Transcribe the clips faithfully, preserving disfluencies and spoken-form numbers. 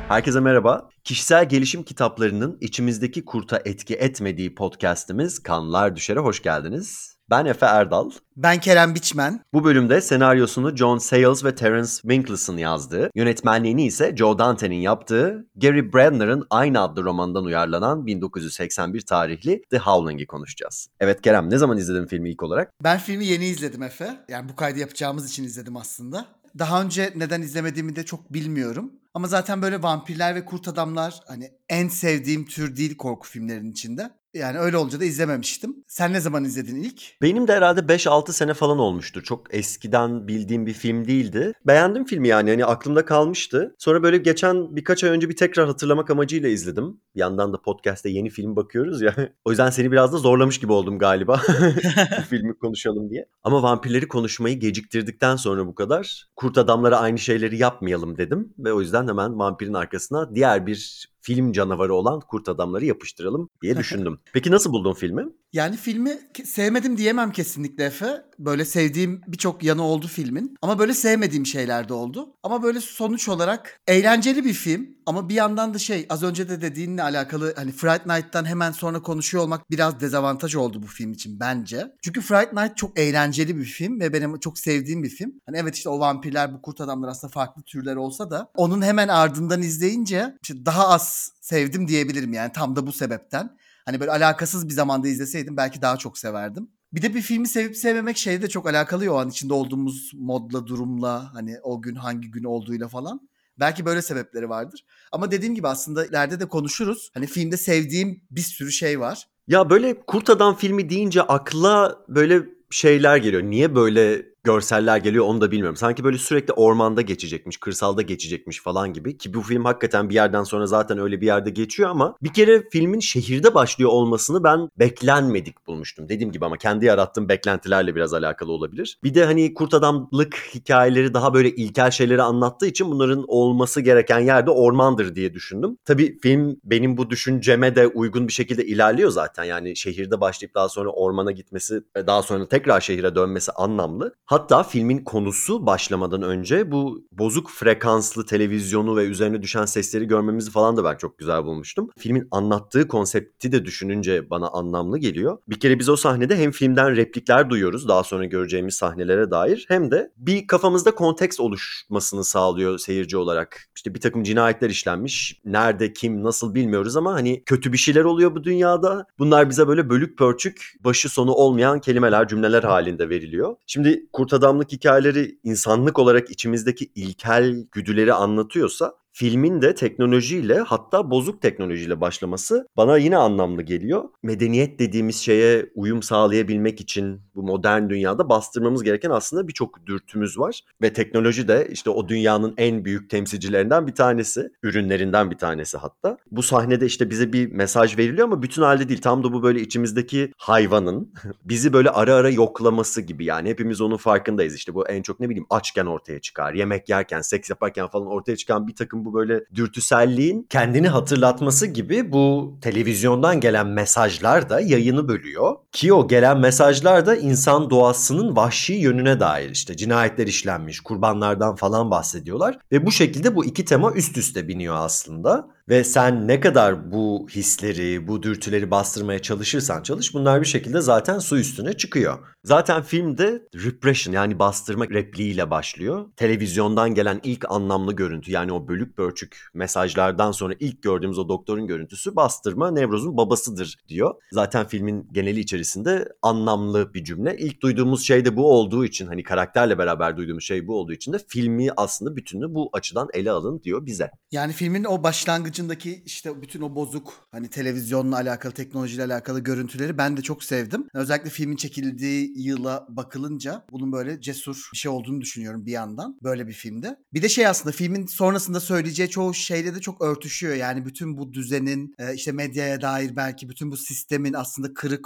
Herkese merhaba. Kişisel gelişim kitaplarının içimizdeki kurta etki etmediği podcast'imiz Kanlar Düşer'e hoş geldiniz. Ben Efe Erdal. Ben Kerem Biçmen. Bu bölümde senaryosunu John Sayles ve Terence Winkles'ın yazdığı, yönetmenliğini ise Joe Dante'nin yaptığı, Gary Brandner'ın aynı adlı romandan uyarlanan bin dokuz yüz seksen bir tarihli The Howling'i konuşacağız. Evet Kerem, ne zaman izledin filmi ilk olarak? Ben filmi yeni izledim Efe. Yani bu kaydı yapacağımız için izledim aslında. Daha önce neden izlemediğimi de çok bilmiyorum. Ama zaten böyle vampirler ve kurt adamlar hani en sevdiğim tür değil korku filmlerinin içinde. Yani öyle olunca da izlememiştim. Sen ne zaman izledin ilk? Benim de herhalde beş altı sene falan olmuştur. Çok eskiden bildiğim bir film değildi. Beğendim filmi yani. Hani aklımda kalmıştı. Sonra böyle geçen birkaç ay önce bir tekrar hatırlamak amacıyla izledim. Bir yandan da podcast'te yeni film bakıyoruz ya. O yüzden seni biraz da zorlamış gibi oldum galiba. Bu filmi konuşalım diye. Ama vampirleri konuşmayı geciktirdikten sonra bu kadar kurt adamlara aynı şeyleri yapmayalım dedim. Ve o yüzden hemen vampirin arkasına diğer bir film canavarı olan kurt adamları yapıştıralım diye düşündüm. Peki nasıl buldun filmi? Yani filmi sevmedim diyemem kesinlikle Efe. Böyle sevdiğim birçok yanı oldu filmin. Ama böyle sevmediğim şeyler de oldu. Ama böyle sonuç olarak eğlenceli bir film. Ama bir yandan da şey az önce de dediğinle alakalı hani Fright Night'tan hemen sonra konuşuyor olmak biraz dezavantaj oldu bu film için bence. Çünkü Fright Night çok eğlenceli bir film ve benim çok sevdiğim bir film. Hani evet işte o vampirler bu kurt adamlar aslında farklı türler olsa da onun hemen ardından izleyince işte daha az sevdim diyebilirim yani tam da bu sebepten. Hani böyle alakasız bir zamanda izleseydim belki daha çok severdim. Bir de bir filmi sevip sevmemek şeyle de çok alakalı ya o an içinde olduğumuz modla, durumla, hani o gün hangi gün olduğuyla falan. Belki böyle sebepleri vardır. Ama dediğim gibi aslında ileride de konuşuruz. Hani filmde sevdiğim bir sürü şey var. Ya böyle kurt adam filmi deyince akla böyle şeyler geliyor. Niye böyle görseller geliyor onu da bilmiyorum. Sanki böyle sürekli ormanda geçecekmiş, kırsalda geçecekmiş falan gibi. Ki bu film hakikaten bir yerden sonra zaten öyle bir yerde geçiyor ama bir kere filmin şehirde başlıyor olmasını ben beklenmedik bulmuştum. Dediğim gibi ama kendi yarattığım beklentilerle biraz alakalı olabilir. Bir de hani kurt adamlık hikayeleri daha böyle ilkel şeyleri anlattığı için bunların olması gereken yerde ormandır diye düşündüm. Tabii film benim bu düşünceme de uygun bir şekilde ilerliyor zaten. Yani şehirde başlayıp daha sonra ormana gitmesi, daha sonra tekrar şehire dönmesi anlamlı. Hatta filmin konusu başlamadan önce bu bozuk frekanslı televizyonu ve üzerine düşen sesleri görmemizi falan da ben çok güzel bulmuştum. Filmin anlattığı konsepti de düşününce bana anlamlı geliyor. Bir kere biz o sahnede hem filmden replikler duyuyoruz daha sonra göreceğimiz sahnelere dair hem de bir kafamızda konteks oluşmasını sağlıyor seyirci olarak. İşte bir takım cinayetler işlenmiş. Nerede, kim, nasıl bilmiyoruz ama hani kötü bir şeyler oluyor bu dünyada. Bunlar bize böyle bölük pörçük, başı sonu olmayan kelimeler, cümleler halinde veriliyor. Şimdi kurt adamlık hikayeleri insanlık olarak içimizdeki ilkel güdüleri anlatıyorsa filmin de teknolojiyle hatta bozuk teknolojiyle başlaması bana yine anlamlı geliyor. Medeniyet dediğimiz şeye uyum sağlayabilmek için bu modern dünyada bastırmamız gereken aslında birçok dürtümüz var. Ve teknoloji de işte o dünyanın en büyük temsilcilerinden bir tanesi. Ürünlerinden bir tanesi hatta. Bu sahnede işte bize bir mesaj veriliyor ama bütün halde değil. Tam da bu böyle içimizdeki hayvanın bizi böyle ara ara yoklaması gibi yani. Hepimiz onun farkındayız. İşte bu en çok ne bileyim açken ortaya çıkar. Yemek yerken, seks yaparken falan ortaya çıkan bir takım bu böyle dürtüselliğin kendini hatırlatması gibi bu televizyondan gelen mesajlar da yayını bölüyor. Ki o gelen mesajlar da insan doğasının vahşi yönüne dair işte cinayetler işlenmiş, kurbanlardan falan bahsediyorlar. Ve bu şekilde bu iki tema üst üste biniyor aslında. Ve sen ne kadar bu hisleri, bu dürtüleri bastırmaya çalışırsan çalış bunlar bir şekilde zaten su üstüne çıkıyor. Zaten filmde repression yani bastırma repliğiyle başlıyor. Televizyondan gelen ilk anlamlı görüntü yani o bölük pörçük mesajlardan sonra ilk gördüğümüz o doktorun görüntüsü bastırma nevrozun babasıdır diyor. Zaten filmin geneli içerisinde anlamlı bir cümle. İlk duyduğumuz şey de bu olduğu için hani karakterle beraber duyduğumuz şey bu olduğu için de filmi aslında bütününü bu açıdan ele alın diyor bize. Yani filmin o başlangıcındaki işte bütün o bozuk hani televizyonla alakalı, teknolojiyle alakalı görüntüleri ben de çok sevdim. Özellikle filmin çekildiği yıla bakılınca bunun böyle cesur bir şey olduğunu düşünüyorum bir yandan böyle bir filmde. Bir de şey aslında filmin sonrasında söyleyeceği çoğu şeyle de çok örtüşüyor. Yani bütün bu düzenin e, işte medyaya dair belki bütün bu sistemin aslında kırık olduğu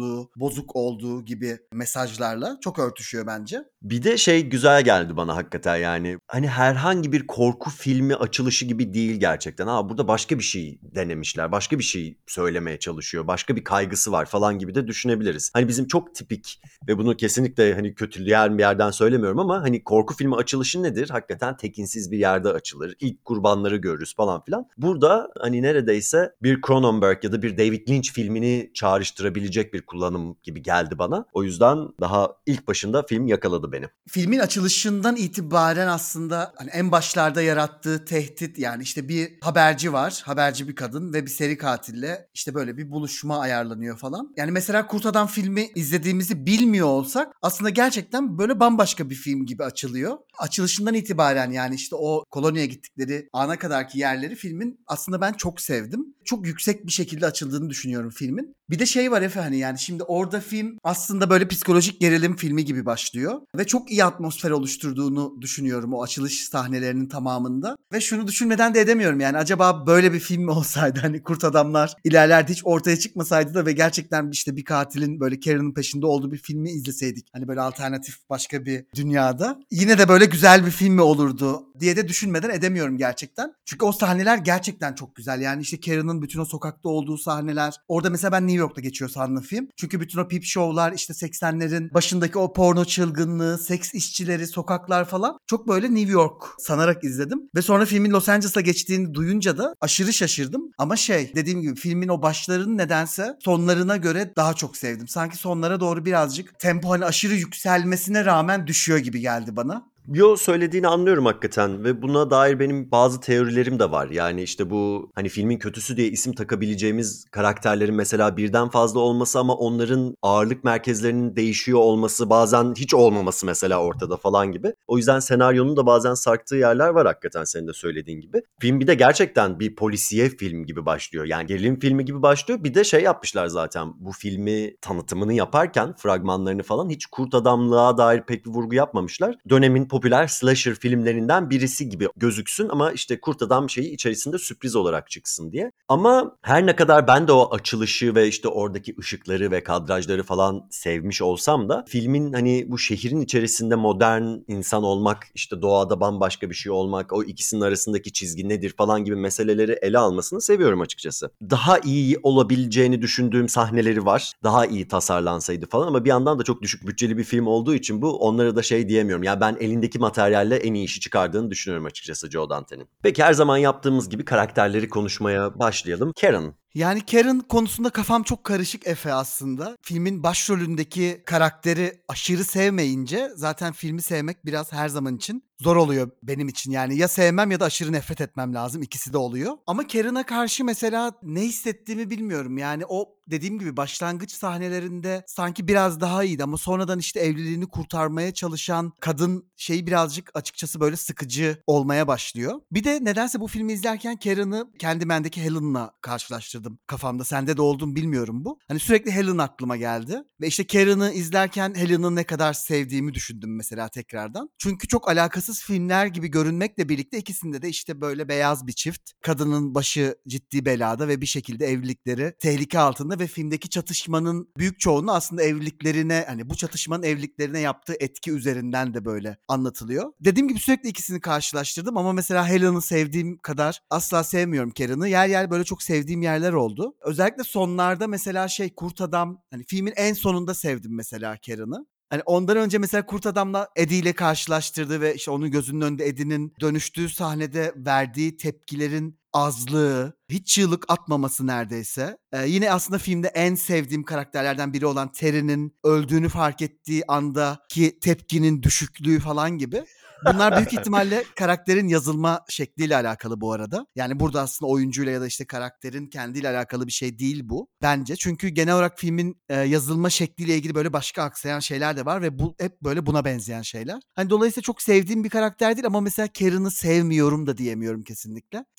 olduğu, bozuk olduğu gibi mesajlarla çok örtüşüyor bence. Bir de şey güzel geldi bana hakikaten yani. Hani herhangi bir korku filmi açılışı gibi değil gerçekten. Ha burada başka bir şey denemişler. Başka bir şey söylemeye çalışıyor. Başka bir kaygısı var falan gibi de düşünebiliriz. Hani bizim çok tipik ve bunu kesinlikle hani kötüleyen bir yerden söylemiyorum ama hani korku filmi açılışı nedir? Hakikaten tekinsiz bir yerde açılır. İlk kurbanları görürüz falan filan. Burada hani neredeyse bir Cronenberg ya da bir David Lynch filmini çağrıştırabilecek bir kullanım gibi geldi bana. O yüzden daha ilk başında film yakaladı beni. Filmin açılışından itibaren aslında hani en başlarda yarattığı tehdit, yani işte bir haberci var, haberci bir kadın ve bir seri katille işte böyle bir buluşma ayarlanıyor falan. Yani mesela Kurt Adam filmi izlediğimizi bilmiyor olsak aslında gerçekten böyle bambaşka bir film gibi açılıyor. Açılışından itibaren yani işte o koloniye gittikleri ana kadarki yerleri filmin aslında ben çok sevdim. Çok yüksek bir şekilde açıldığını düşünüyorum filmin. Bir de şey var Efe, hani yani şimdi orada film aslında böyle psikolojik gerilim filmi gibi başlıyor. Ve çok iyi atmosfer oluşturduğunu düşünüyorum o açılış sahnelerinin tamamında. Ve şunu düşünmeden de edemiyorum, yani acaba böyle bir film mi olsaydı, hani Kurt Adamlar ilerlerde hiç ortaya çıkmasaydı da ve gerçekten işte bir katilin böyle Karen'ın peşinde olduğu bir filmi izleseydik. Hani böyle alternatif başka bir dünyada. Yine de böyle güzel bir film mi olurdu diye de düşünmeden edemiyorum gerçekten. Çünkü o sahneler gerçekten çok güzel. Yani işte Karen'ın bütün o sokakta olduğu sahneler. Orada mesela ben New York'ta geçiyor sandım film. Çünkü bütün o peep show'lar, işte seksenlerin başındaki o porno çılgınlığı, seks işçileri, sokaklar falan çok böyle New York sanarak izledim. Ve sonra filmin Los Angeles'a geçtiğini duyunca da aşırı şaşırdım. Ama şey, dediğim gibi filmin o başlarını nedense sonlarına göre daha çok sevdim. Sanki sonlara doğru birazcık tempo hani aşırı yükselmesine rağmen düşüyor gibi geldi bana. Yo söylediğini anlıyorum hakikaten ve buna dair benim bazı teorilerim de var. Yani işte bu hani filmin kötüsü diye isim takabileceğimiz karakterlerin mesela birden fazla olması ama onların ağırlık merkezlerinin değişiyor olması, bazen hiç olmaması mesela ortada falan gibi. O yüzden senaryonun da bazen sarktığı yerler var hakikaten senin de söylediğin gibi. Film bir de gerçekten bir polisiye film gibi başlıyor. Yani gerilim filmi gibi başlıyor. Bir de şey yapmışlar zaten bu filmi tanıtımını yaparken fragmanlarını falan hiç kurt adamlığa dair pek bir vurgu yapmamışlar. Dönemin popüler slasher filmlerinden birisi gibi gözüksün ama işte kurt adam şeyi içerisinde sürpriz olarak çıksın diye. Ama her ne kadar ben de o açılışı ve işte oradaki ışıkları ve kadrajları falan sevmiş olsam da filmin hani bu şehrin içerisinde modern insan olmak, işte doğada bambaşka bir şey olmak, o ikisinin arasındaki çizgi nedir falan gibi meseleleri ele almasını seviyorum açıkçası. Daha iyi olabileceğini düşündüğüm sahneleri var. Daha iyi tasarlansaydı falan ama bir yandan da çok düşük bütçeli bir film olduğu için bu onlara da şey diyemiyorum. Ya ben elindeki materyalle en iyi işi çıkardığını düşünüyorum açıkçası Joe Dante'nin. Peki her zaman yaptığımız gibi karakterleri konuşmaya başlayalım. Karen. Yani Karen konusunda kafam çok karışık Efe aslında. Filmin başrolündeki karakteri aşırı sevmeyince zaten filmi sevmek biraz her zaman için zor oluyor benim için. Yani ya sevmem ya da aşırı nefret etmem lazım. İkisi de oluyor. Ama Karen'a karşı mesela ne hissettiğimi bilmiyorum. Yani o dediğim gibi başlangıç sahnelerinde sanki biraz daha iyiydi ama sonradan işte evliliğini kurtarmaya çalışan kadın şeyi birazcık açıkçası böyle sıkıcı olmaya başlıyor. Bir de nedense bu filmi izlerken Karen'ı Candyman'deki Helen'la karşılaştırdım kafamda. Sende de oldu mu bilmiyorum bu. Hani sürekli Helen aklıma geldi. Ve işte Karen'ı izlerken Helen'ı ne kadar sevdiğimi düşündüm mesela tekrardan. Çünkü çok alakasız filmler gibi görünmekle birlikte ikisinde de işte böyle beyaz bir çift. Kadının başı ciddi belada ve bir şekilde evlilikleri tehlike altında ve filmdeki çatışmanın büyük çoğunluğu aslında evliliklerine, hani bu çatışmanın evliliklerine yaptığı etki üzerinden de böyle anlatılıyor. Dediğim gibi sürekli ikisini karşılaştırdım ama mesela Helen'ı sevdiğim kadar asla sevmiyorum Karen'ı. Yer yer böyle çok sevdiğim yerler oldu. Özellikle sonlarda mesela şey Kurt Adam, hani filmin en sonunda sevdim mesela Karen'ı. Hani ondan önce mesela Kurt Adam'la Eddie ile karşılaştırdı ve işte onun gözünün önünde Eddie'nin dönüştüğü sahnede verdiği tepkilerin azlığı, hiç çığlık atmaması neredeyse. Ee, yine aslında filmde en sevdiğim karakterlerden biri olan Terry'nin öldüğünü fark ettiği andaki tepkinin düşüklüğü falan gibi. Bunlar büyük ihtimalle karakterin yazılma şekliyle alakalı bu arada. Yani burada aslında oyuncuyla ya da işte karakterin kendiyle alakalı bir şey değil bu bence. Çünkü genel olarak filmin e, yazılma şekliyle ilgili böyle başka aksayan şeyler de var ve bu hep böyle buna benzeyen şeyler. Hani dolayısıyla çok sevdiğim bir karakter değil ama mesela Karen'ı sevmiyorum da diyemiyorum kesinlikle. Tam da bu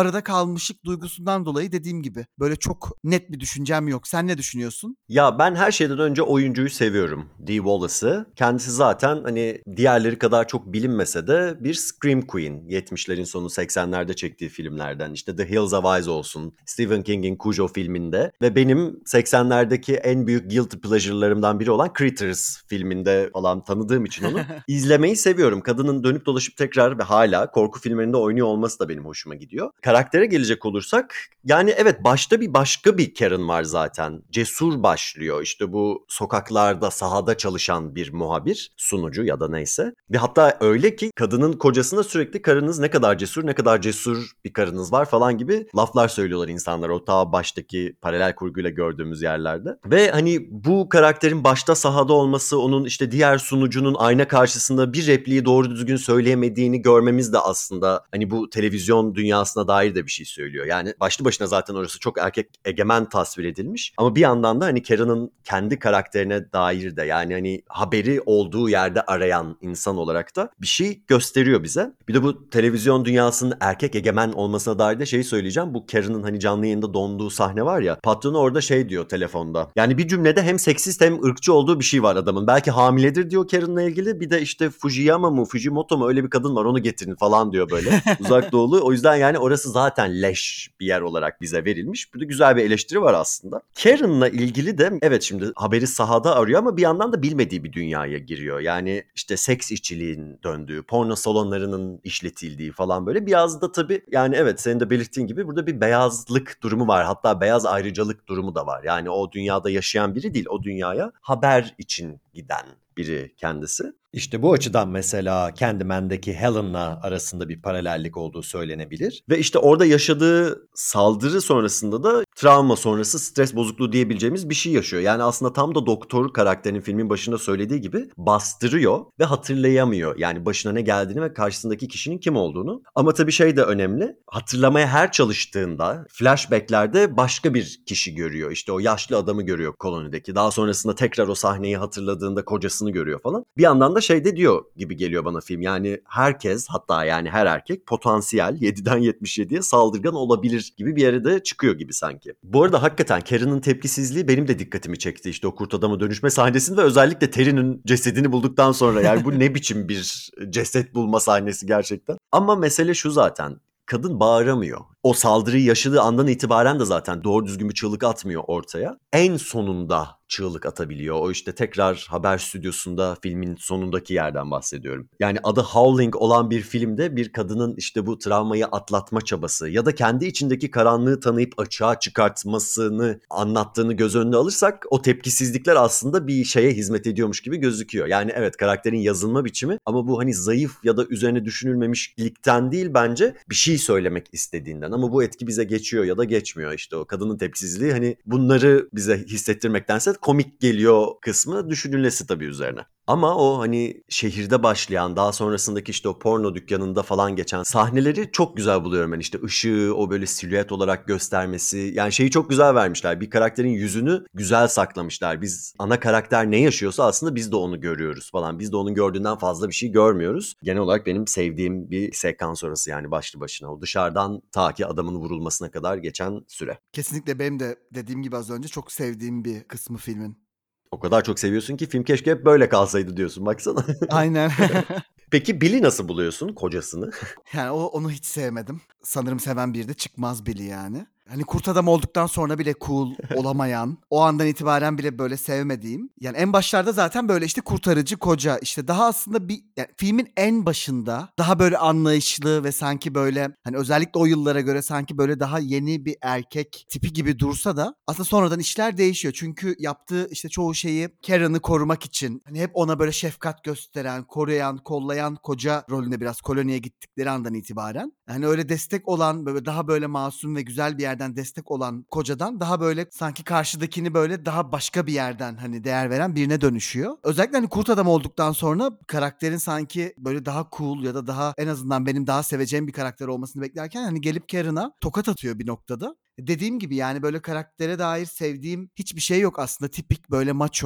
arada kalmışlık duygusundan dolayı dediğim gibi böyle çok net bir düşüncem yok. Sen ne düşünüyorsun? Ya ben her şeyden önce oyuncuyu seviyorum. Dee Wallace'ı. Kendisi zaten hani diğerleri kadar çok bilinmese de bir Scream Queen. yetmişlerin sonu seksenlerde çektiği filmlerden. İşte The Hills Have Eyes olsun. Stephen King'in Cujo filminde. Ve benim seksenlerdeki en büyük guilty pleasure'larımdan biri olan Critters filminde falan tanıdığım için onu izlemeyi seviyorum. Kadının dönüp dolaşıp tekrar ve hala korku filmlerinde oynuyor olması da benim hoşuma gidiyor. Karaktere gelecek olursak yani evet başta bir başka bir Karen var zaten. Cesur başlıyor. İşte bu sokaklarda, sahada çalışan bir muhabir, sunucu ya da neyse. Ve hatta öyle ki kadının kocasına sürekli karınız ne kadar cesur, ne kadar cesur bir karınız var falan gibi laflar söylüyorlar insanlar o ta baştaki paralel kurguyla gördüğümüz yerlerde. Ve hani bu karakterin başta sahada olması, onun işte diğer sunucunun ayna karşısında bir repliği doğru düzgün söyleyemediğini görmemiz de aslında hani bu televizyon dünyasına dair de bir şey söylüyor. Yani başlı başına zaten orası çok erkek egemen tasvir edilmiş. Ama bir yandan da hani Karen'ın kendi karakterine dair de yani hani haberi olduğu yerde arayan insan olarak da bir şey gösteriyor bize. Bir de bu televizyon dünyasının erkek egemen olmasına dair de şeyi söyleyeceğim. Bu Karen'ın hani canlı yayında donduğu sahne var ya. Patronu orada şey diyor telefonda. Yani bir cümlede hem seksist hem ırkçı olduğu bir şey var adamın. Belki hamiledir diyor Karen'la ilgili. Bir de işte Fujiyama mı Fujimoto mu öyle bir kadın var onu getirin falan diyor böyle. Uzak doğulu. O yüzden yani orası zaten leş bir yer olarak bize verilmiş. Burada güzel bir eleştiri var aslında. Karen'la ilgili de evet şimdi haberi sahada arıyor ama bir yandan da bilmediği bir dünyaya giriyor. Yani işte seks işçiliğin döndüğü, porno salonlarının işletildiği falan böyle. Biraz da tabii yani evet senin de belirttiğin gibi burada bir beyazlık durumu var. Hatta beyaz ayrıcalık durumu da var. Yani o dünyada yaşayan biri değil. O dünyaya haber için giden biri kendisi. İşte bu açıdan mesela Candyman'daki Helen'la arasında bir paralellik olduğu söylenebilir. Ve işte orada yaşadığı saldırı sonrasında da travma sonrası stres bozukluğu diyebileceğimiz bir şey yaşıyor. Yani aslında tam da doktor karakterinin filmin başında söylediği gibi bastırıyor ve hatırlayamıyor. Yani başına ne geldiğini ve karşısındaki kişinin kim olduğunu. Ama tabii şey de önemli. Hatırlamaya her çalıştığında flashbacklerde başka bir kişi görüyor. İşte o yaşlı adamı görüyor kolonideki. Daha sonrasında tekrar o sahneyi hatırladığında kocasını görüyor falan. Bir yandan da şey de diyor gibi geliyor bana film. Yani herkes hatta yani her erkek potansiyel yediden yetmiş yediye saldırgan olabilir gibi bir yere de çıkıyor gibi sanki. Bu arada hakikaten Karen'ın tepkisizliği benim de dikkatimi çekti. İşte o kurt adama dönüşme sahnesinde ve özellikle Terry'nin cesedini bulduktan sonra yani bu ne biçim bir ceset bulma sahnesi gerçekten. Ama mesele şu zaten. Kadın bağıramıyor. O saldırıyı yaşadığı andan itibaren de zaten doğru düzgün bir çığlık atmıyor ortaya. En sonunda çığlık atabiliyor. O işte tekrar haber stüdyosunda filmin sonundaki yerden bahsediyorum. Yani adı Howling olan bir filmde bir kadının işte bu travmayı atlatma çabası ya da kendi içindeki karanlığı tanıyıp açığa çıkartmasını anlattığını göz önüne alırsak o tepkisizlikler aslında bir şeye hizmet ediyormuş gibi gözüküyor. Yani evet karakterin yazılma biçimi ama bu hani zayıf ya da üzerine düşünülmemişlikten değil bence bir şey söylemek istediğinden. Ama bu etki bize geçiyor ya da geçmiyor. İşte o kadının tepkisizliği hani bunları bize hissettirmektense komik geliyor kısmı düşünülmesi tabii üzerine. Ama o hani şehirde başlayan daha sonrasındaki işte o porno dükkanında falan geçen sahneleri çok güzel buluyorum ben. İşte ışığı o böyle silüet olarak göstermesi yani şeyi çok güzel vermişler. Bir karakterin yüzünü güzel saklamışlar. Biz ana karakter ne yaşıyorsa aslında biz de onu görüyoruz falan. Biz de onun gördüğünden fazla bir şey görmüyoruz. Genel olarak benim sevdiğim bir sekans orası yani başlı başına. O dışarıdan ta ki adamın vurulmasına kadar geçen süre. Kesinlikle benim de dediğim gibi az önce çok sevdiğim bir kısmı filmin. O kadar çok seviyorsun ki film keşke hep böyle kalsaydı diyorsun baksana. Aynen. Peki Bill'i nasıl buluyorsun kocasını? Yani o, onu hiç sevmedim. Sanırım seven biri de çıkmaz Billy yani. Hani kurt adam olduktan sonra bile cool olamayan, o andan itibaren bile böyle sevmediğim. Yani en başlarda zaten böyle işte kurtarıcı koca işte daha aslında bir yani filmin en başında daha böyle anlayışlı ve sanki böyle hani özellikle o yıllara göre sanki böyle daha yeni bir erkek tipi gibi dursa da aslında sonradan işler değişiyor. Çünkü yaptığı işte çoğu şeyi Karen'ı korumak için hani hep ona böyle şefkat gösteren, koruyan, kollayan koca rolünde biraz koloniye gittikleri andan itibaren. Hani öyle destek olan böyle daha böyle masum ve güzel bir yerden destek olan kocadan daha böyle sanki karşıdakini böyle daha başka bir yerden hani değer veren birine dönüşüyor. Özellikle hani kurt adam olduktan sonra karakterin sanki böyle daha cool ya da daha en azından benim daha seveceğim bir karakter olmasını beklerken hani gelip Karen'a tokat atıyor bir noktada. Dediğim gibi yani böyle karaktere dair sevdiğim hiçbir şey yok aslında. Tipik böyle macho,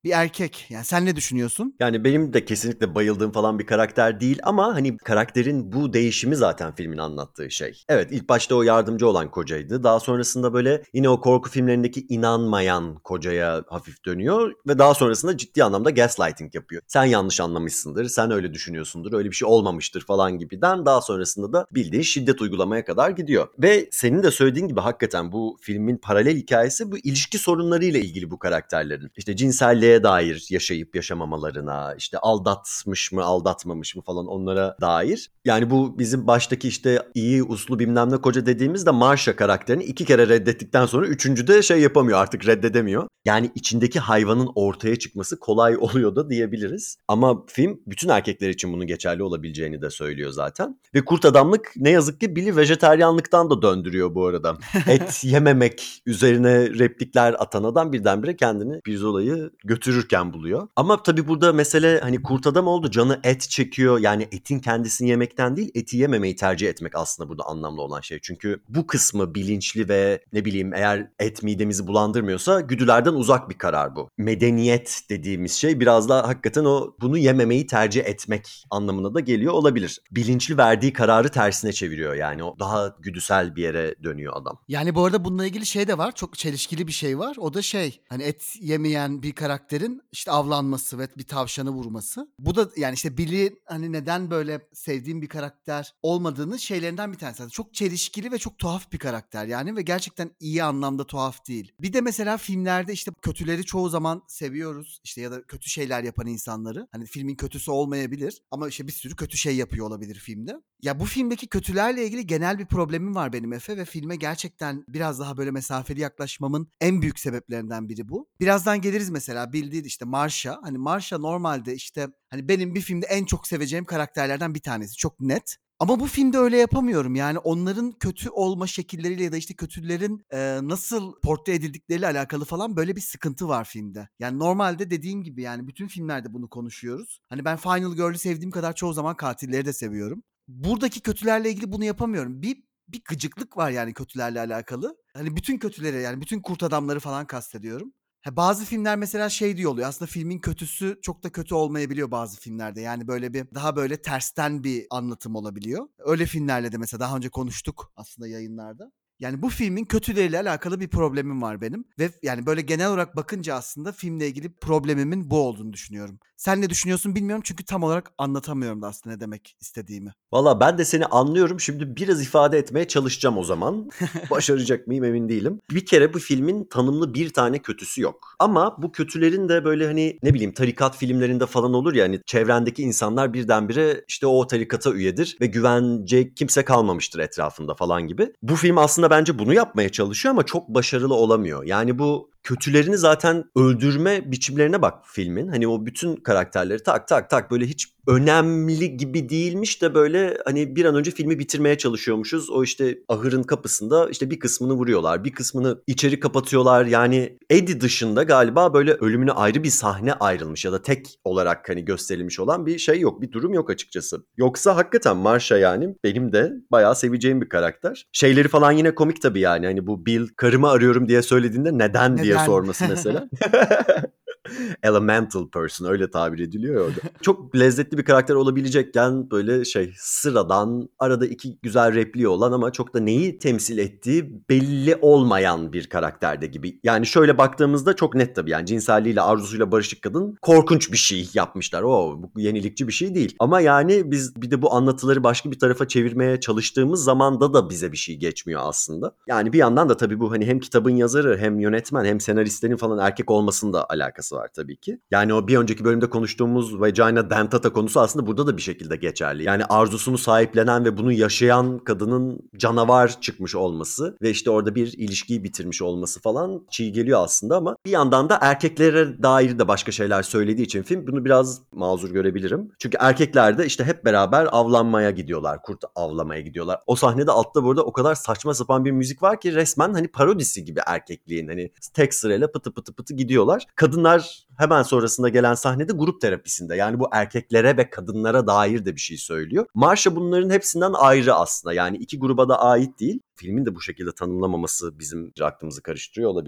bir erkek. Yani sen ne düşünüyorsun? Yani benim de kesinlikle bayıldığım falan bir karakter değil ama hani karakterin bu değişimi zaten filmin anlattığı şey. Evet, ilk başta o yardımcı olan kocaydı. Daha sonrasında böyle yine o korku filmlerindeki inanmayan kocaya hafif dönüyor ve daha sonrasında ciddi anlamda gaslighting yapıyor. Sen yanlış anlamışsındır, sen öyle düşünüyorsundur, öyle bir şey olmamıştır falan gibiden daha sonrasında da bildiğin şiddet uygulamaya kadar gidiyor. Ve senin de söylediğin gibi hakikaten bu filmin paralel hikayesi bu ilişki sorunlarıyla ilgili bu karakterlerin. İşte cinselliğe dair yaşayıp yaşamamalarına, işte aldatmış mı, aldatmamış mı falan onlara dair. Yani bu bizim baştaki işte iyi uslu bilmem ne koca dediğimiz de Marsha karakterini iki kere reddettikten sonra üçüncüde şey yapamıyor, artık reddedemiyor. Yani içindeki hayvanın ortaya çıkması kolay oluyor da diyebiliriz. Ama film bütün erkekler için bunun geçerli olabileceğini de söylüyor zaten. Ve kurt adamlık ne yazık ki Billy vejetaryenlikten da döndürüyor bu arada. Et yememek üzerine replikler atan adam birdenbire kendini Pirzola'yı götürürken buluyor. Ama tabii burada mesele hani kurt adam oldu, canı et çekiyor. Yani etin kendisini yemekten değil, eti yememeyi tercih etmek aslında burada anlamlı olan şey. Çünkü bu kısmı bilinçli ve ne bileyim eğer et midemizi bulandırmıyorsa güdülerden uzak bir karar bu. Medeniyet dediğimiz şey biraz daha hakikaten o bunu yememeyi tercih etmek anlamına da geliyor olabilir. Bilinçli verdiği kararı tersine çeviriyor, yani o daha güdüsel bir yere dönüyor adam. Yani bu arada bununla ilgili şey de var. Çok çelişkili bir şey var. O da şey, hani et yemeyen bir karakterin işte avlanması ve bir tavşanı vurması. Bu da yani işte Billy hani neden böyle sevdiğim bir karakter olmadığını şeylerinden bir tanesi. Çok çelişkili ve çok tuhaf bir karakter yani ve gerçekten iyi anlamda tuhaf değil. Bir de mesela filmlerde işte kötüleri çoğu zaman seviyoruz. İşte ya da kötü şeyler yapan insanları. Hani filmin kötüsü olmayabilir ama işte bir sürü kötü şey yapıyor olabilir filmde. Ya bu filmdeki kötülerle ilgili genel bir problemim var benim Efe ve filme gerçekten biraz daha böyle mesafeli yaklaşmamın en büyük sebeplerinden biri bu. Birazdan geliriz mesela bildiğin işte Marsha. Hani Marsha normalde işte hani benim bir filmde en çok seveceğim karakterlerden bir tanesi. Çok net. Ama bu filmde öyle yapamıyorum. Yani onların kötü olma şekilleriyle ya da işte kötülerin e, nasıl portre edildikleriyle alakalı falan böyle bir sıkıntı var filmde. Yani normalde dediğim gibi yani bütün filmlerde bunu konuşuyoruz. Hani ben Final Girl'ü sevdiğim kadar çoğu zaman katilleri de seviyorum. Buradaki kötülerle ilgili bunu yapamıyorum. Bir bir gıcıklık var yani kötülerle alakalı. Hani bütün kötüleri yani bütün kurt adamları falan kastediyorum. Ha, bazı filmler mesela şey diyor oluyor. Aslında filmin kötüsü çok da kötü olmayabiliyor bazı filmlerde. Yani böyle bir daha böyle tersten bir anlatım olabiliyor. Öyle filmlerle de mesela daha önce konuştuk aslında yayınlarda. Yani bu filmin kötüleriyle alakalı bir problemim var benim. Ve yani böyle genel olarak bakınca aslında filmle ilgili problemimin bu olduğunu düşünüyorum. Sen ne düşünüyorsun bilmiyorum çünkü tam olarak anlatamıyorum da aslında ne demek istediğimi. Valla ben de seni anlıyorum. Şimdi biraz ifade etmeye çalışacağım o zaman. Başaracak mıyım emin değilim. Bir kere bu filmin tanımlı bir tane kötüsü yok. Ama bu kötülerin de böyle hani ne bileyim tarikat filmlerinde falan olur ya, hani çevrendeki insanlar birdenbire işte o tarikata üyedir ve güvenecek kimse kalmamıştır etrafında falan gibi. Bu film aslında bence bunu yapmaya çalışıyor ama çok başarılı olamıyor. Yani bu kötülerini zaten öldürme biçimlerine bak filmin. Hani o bütün karakterleri tak tak tak böyle hiç önemli gibi değilmiş de böyle hani bir an önce filmi bitirmeye çalışıyormuşuz. O işte ahırın kapısında işte bir kısmını vuruyorlar, bir kısmını içeri kapatıyorlar. Yani Eddie dışında galiba böyle ölümüne ayrı bir sahne ayrılmış ya da tek olarak hani gösterilmiş olan bir şey yok, bir durum yok açıkçası. Yoksa hakikaten Marsha yani benim de bayağı seveceğim bir karakter. Şeyleri falan yine komik tabii yani hani bu Bill karımı arıyorum diye söylediğinde neden diye Neden? sorması mesela. Elemental person öyle tabir ediliyor ya orada. Çok lezzetli bir karakter olabilecekken böyle şey sıradan arada iki güzel repliği olan ama çok da neyi temsil ettiği belli olmayan bir karakterde gibi. Yani şöyle baktığımızda çok net tabii yani cinselliğiyle arzusuyla barışık kadın korkunç bir şey yapmışlar. O bu yenilikçi bir şey değil. Ama yani biz bir de bu anlatıları başka bir tarafa çevirmeye çalıştığımız zamanda da bize bir şey geçmiyor aslında. Yani bir yandan da tabii bu hani hem kitabın yazarı hem yönetmen hem senaristlerin falan erkek olmasının da alakası var tabii ki. Yani o bir önceki bölümde konuştuğumuz vagina dentata konusu aslında burada da bir şekilde geçerli. Yani arzusunu sahiplenen ve bunu yaşayan kadının canavar çıkmış olması ve işte orada bir ilişkiyi bitirmiş olması falan çiğ geliyor aslında ama bir yandan da erkeklere dair de başka şeyler söylediği için film bunu biraz mazur görebilirim. Çünkü erkekler de işte hep beraber avlanmaya gidiyorlar. Kurt avlamaya gidiyorlar. O sahnede altta burada o kadar saçma sapan bir müzik var ki resmen hani parodisi gibi erkekliğin. Hani tek sırayla pıtı pıtı pıtı gidiyorlar. Kadınlar hemen sonrasında gelen sahnede grup terapisinde. Yani bu erkeklere ve kadınlara dair de bir şey söylüyor. Marsha bunların hepsinden ayrı aslında. Yani iki gruba da ait değil. Filmin de bu şekilde tanımlamaması bizim aklımızı karıştırıyor olabilir.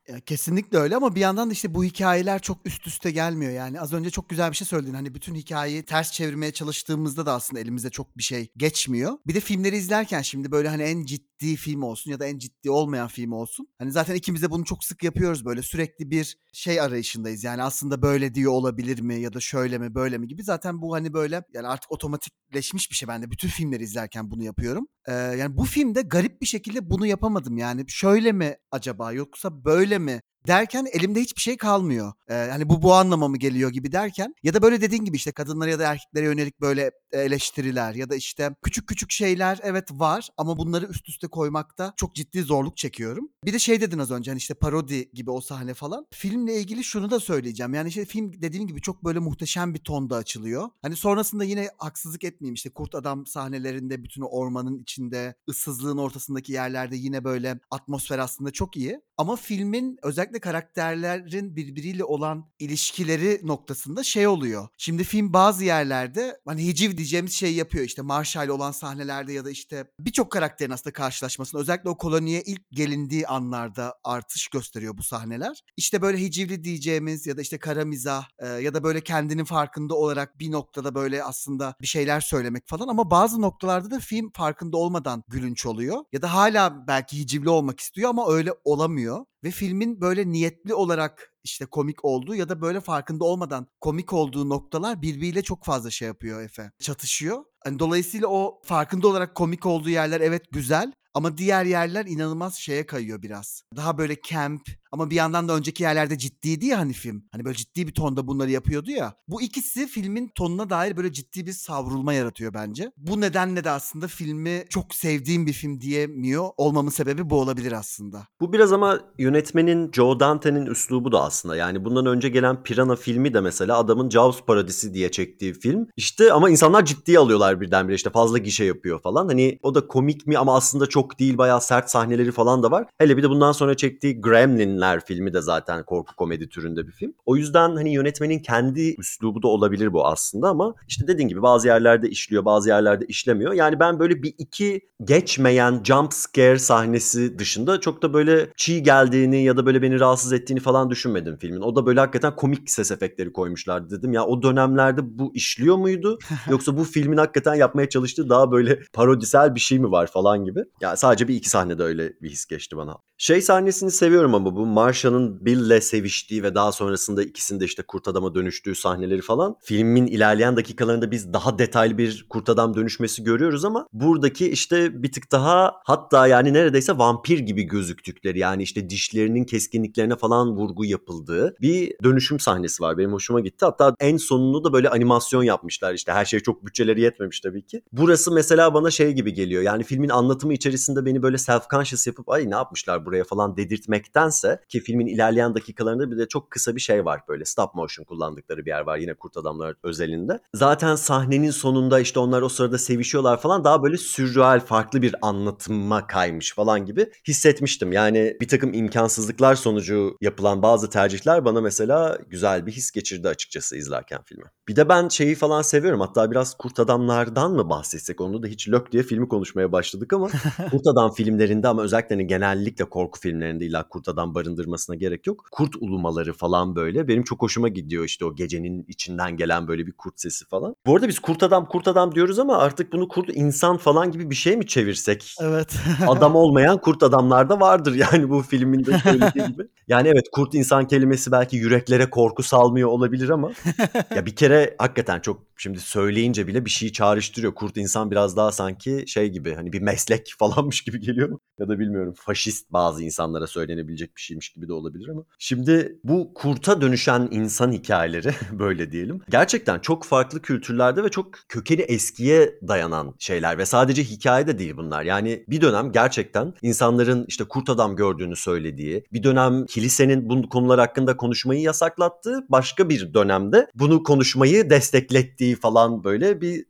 Ya, kesinlikle öyle ama bir yandan da işte bu hikayeler çok üst üste gelmiyor. Yani az önce çok güzel bir şey söyledin. Hani bütün hikayeyi ters çevirmeye çalıştığımızda da aslında elimize çok bir şey geçmiyor. Bir de filmleri izlerken şimdi böyle hani en ciddi film olsun ya da en ciddi olmayan film olsun. Hani zaten ikimiz de bunu çok sık yapıyoruz, böyle sürekli bir şey arayışındayız. Yani aslında böyle diyor olabilir mi ya da şöyle mi böyle mi gibi. Zaten bu hani böyle yani artık otomatikleşmiş bir şey bende. Bütün filmleri izlerken bunu yapıyorum. Ee, yani bu filmde garip bir şekilde bunu yapamadım. Yani şöyle mi acaba yoksa böyle mi derken elimde hiçbir şey kalmıyor. Ee, hani bu bu anlama mı geliyor gibi derken ya da böyle dediğin gibi işte kadınlara ya da erkeklere yönelik böyle eleştiriler ya da işte küçük küçük şeyler evet var ama bunları üst üste koymakta çok ciddi zorluk çekiyorum. Bir de şey dedin az önce hani işte parodi gibi o sahne falan. Filmle ilgili şunu da söyleyeceğim. Yani işte film dediğim gibi çok böyle muhteşem bir tonda açılıyor. Hani sonrasında yine haksızlık etmeyeyim işte kurt adam sahnelerinde bütün o ormanın içinde ıssızlığın ortasındaki yerlerde yine böyle atmosfer aslında çok iyi. Ama filmin özellikle karakterlerin birbiriyle olan ilişkileri noktasında şey oluyor. Şimdi film bazı yerlerde hani hiciv diyeceğimiz şey yapıyor. İşte Marshall olan sahnelerde ya da işte birçok karakterin aslında karşılaşmasını özellikle o koloniye ilk gelindiği anlarda artış gösteriyor bu sahneler. İşte böyle hicivli diyeceğimiz ya da işte kara mizah e, ya da böyle kendinin farkında olarak bir noktada böyle aslında bir şeyler söylemek falan ama bazı noktalarda da film farkında olmadan gülünç oluyor. Ya da hala belki hicivli olmak istiyor ama öyle olamıyor. Ve filmin böyle niyetli olarak işte komik olduğu ya da böyle farkında olmadan komik olduğu noktalar birbiriyle çok fazla şey yapıyor Efe. Çatışıyor. Hani dolayısıyla o farkında olarak komik olduğu yerler evet güzel ama diğer yerler inanılmaz şeye kayıyor biraz. Daha böyle camp ama bir yandan da önceki yerlerde ciddiydi ya hani film. Hani böyle ciddi bir tonda bunları yapıyordu ya. Bu ikisi filmin tonuna dair böyle ciddi bir savrulma yaratıyor bence. Bu nedenle de aslında filmi çok sevdiğim bir film diyemiyor olmamın sebebi bu olabilir aslında. Bu biraz ama yönetmenin Joe Dante'nin üslubu da aslında. Yani bundan önce gelen Piranha filmi de mesela adamın Jaws parodisi diye çektiği film. İşte ama insanlar ciddiye alıyorlar birdenbire işte fazla gişe yapıyor falan. Hani o da komik mi ama aslında çok değil, bayağı sert sahneleri falan da var. Hele bir de bundan sonra çektiği Gremlinler filmi de zaten korku komedi türünde bir film. O yüzden hani yönetmenin kendi üslubu da olabilir bu aslında ama işte dediğin gibi bazı yerlerde işliyor, bazı yerlerde işlemiyor. Yani ben böyle bir iki geçmeyen jump scare sahnesi dışında çok da böyle çiğ geldiğini ya da böyle beni rahatsız ettiğini falan düşünmedim filmin. O da böyle hakikaten komik ses efektleri koymuşlardı dedim. Ya o dönemlerde bu işliyor muydu? Yoksa bu filmin hakikaten yapmaya çalıştığı daha böyle parodisel bir şey mi var falan gibi. Ya sadece bir iki sahnede öyle bir his geçti bana. Şey sahnesini seviyorum ama bu Marshall'ın Bill'le seviştiği ve daha sonrasında ikisinde işte kurt adama dönüştüğü sahneleri falan. Filmin ilerleyen dakikalarında biz daha detaylı bir kurt adam dönüşmesi görüyoruz ama buradaki işte bir tık daha hatta yani neredeyse vampir gibi gözüktükleri yani işte dişlerinin keskinliklerine falan vurgu yapıldığı bir dönüşüm sahnesi var. Benim hoşuma gitti. Hatta en sonunu da böyle animasyon yapmışlar işte her şey çok bütçeleri yetmemiş tabii ki. Burası mesela bana şey gibi geliyor. Yani filmin anlatımı içerisinde beni böyle self-conscious yapıp ay ne yapmışlar buraya falan dedirtmektense ki filmin ilerleyen dakikalarında bir de çok kısa bir şey var böyle stop motion kullandıkları bir yer var yine Kurt Adamlar özelinde. Zaten sahnenin sonunda işte onlar o sırada sevişiyorlar falan daha böyle sürreal farklı bir anlatıma kaymış falan gibi hissetmiştim. Yani bir takım imkansızlıklar sonucu yapılan bazı tercihler bana mesela güzel bir his geçirdi açıkçası izlerken filmi. Bir de ben şeyi falan seviyorum hatta biraz Kurt Adamlardan mı bahsetsek onu da hiç lök diye filmi konuşmaya başladık ama Kurt Adam filmlerinde ama özellikle hani genellikle korku filmlerinde illa Kurt Adam barındırmasına gerek yok. Kurt ulumaları falan böyle benim çok hoşuma gidiyor işte o gecenin içinden gelen böyle bir kurt sesi falan. Bu arada biz Kurt Adam Kurt Adam diyoruz ama artık bunu kurt insan falan gibi bir şey mi çevirsek? Evet. Adam olmayan kurt adamlar da vardır yani bu filmin de söylediği gibi. Yani evet kurt insan kelimesi belki yüreklere korku salmıyor olabilir ama ya bir kere hakikaten çok şimdi söyleyince bile bir şeyi çağrıştırıyor. Kurt insan biraz daha sanki şey gibi hani bir meslek falanmış gibi geliyor mu? Ya da bilmiyorum faşist bazı insanlara söylenebilecek bir şeymiş gibi de olabilir ama. Şimdi bu kurta dönüşen insan hikayeleri böyle diyelim. Gerçekten çok farklı kültürlerde ve çok kökeni eskiye dayanan şeyler ve sadece hikaye de değil bunlar. Yani bir dönem gerçekten insanların işte kurt adam gördüğünü söylediği, bir dönem kilisenin bu konular hakkında konuşmayı yasaklattığı, başka bir dönemde bunu konuşmayı desteklettiği falan böyle bir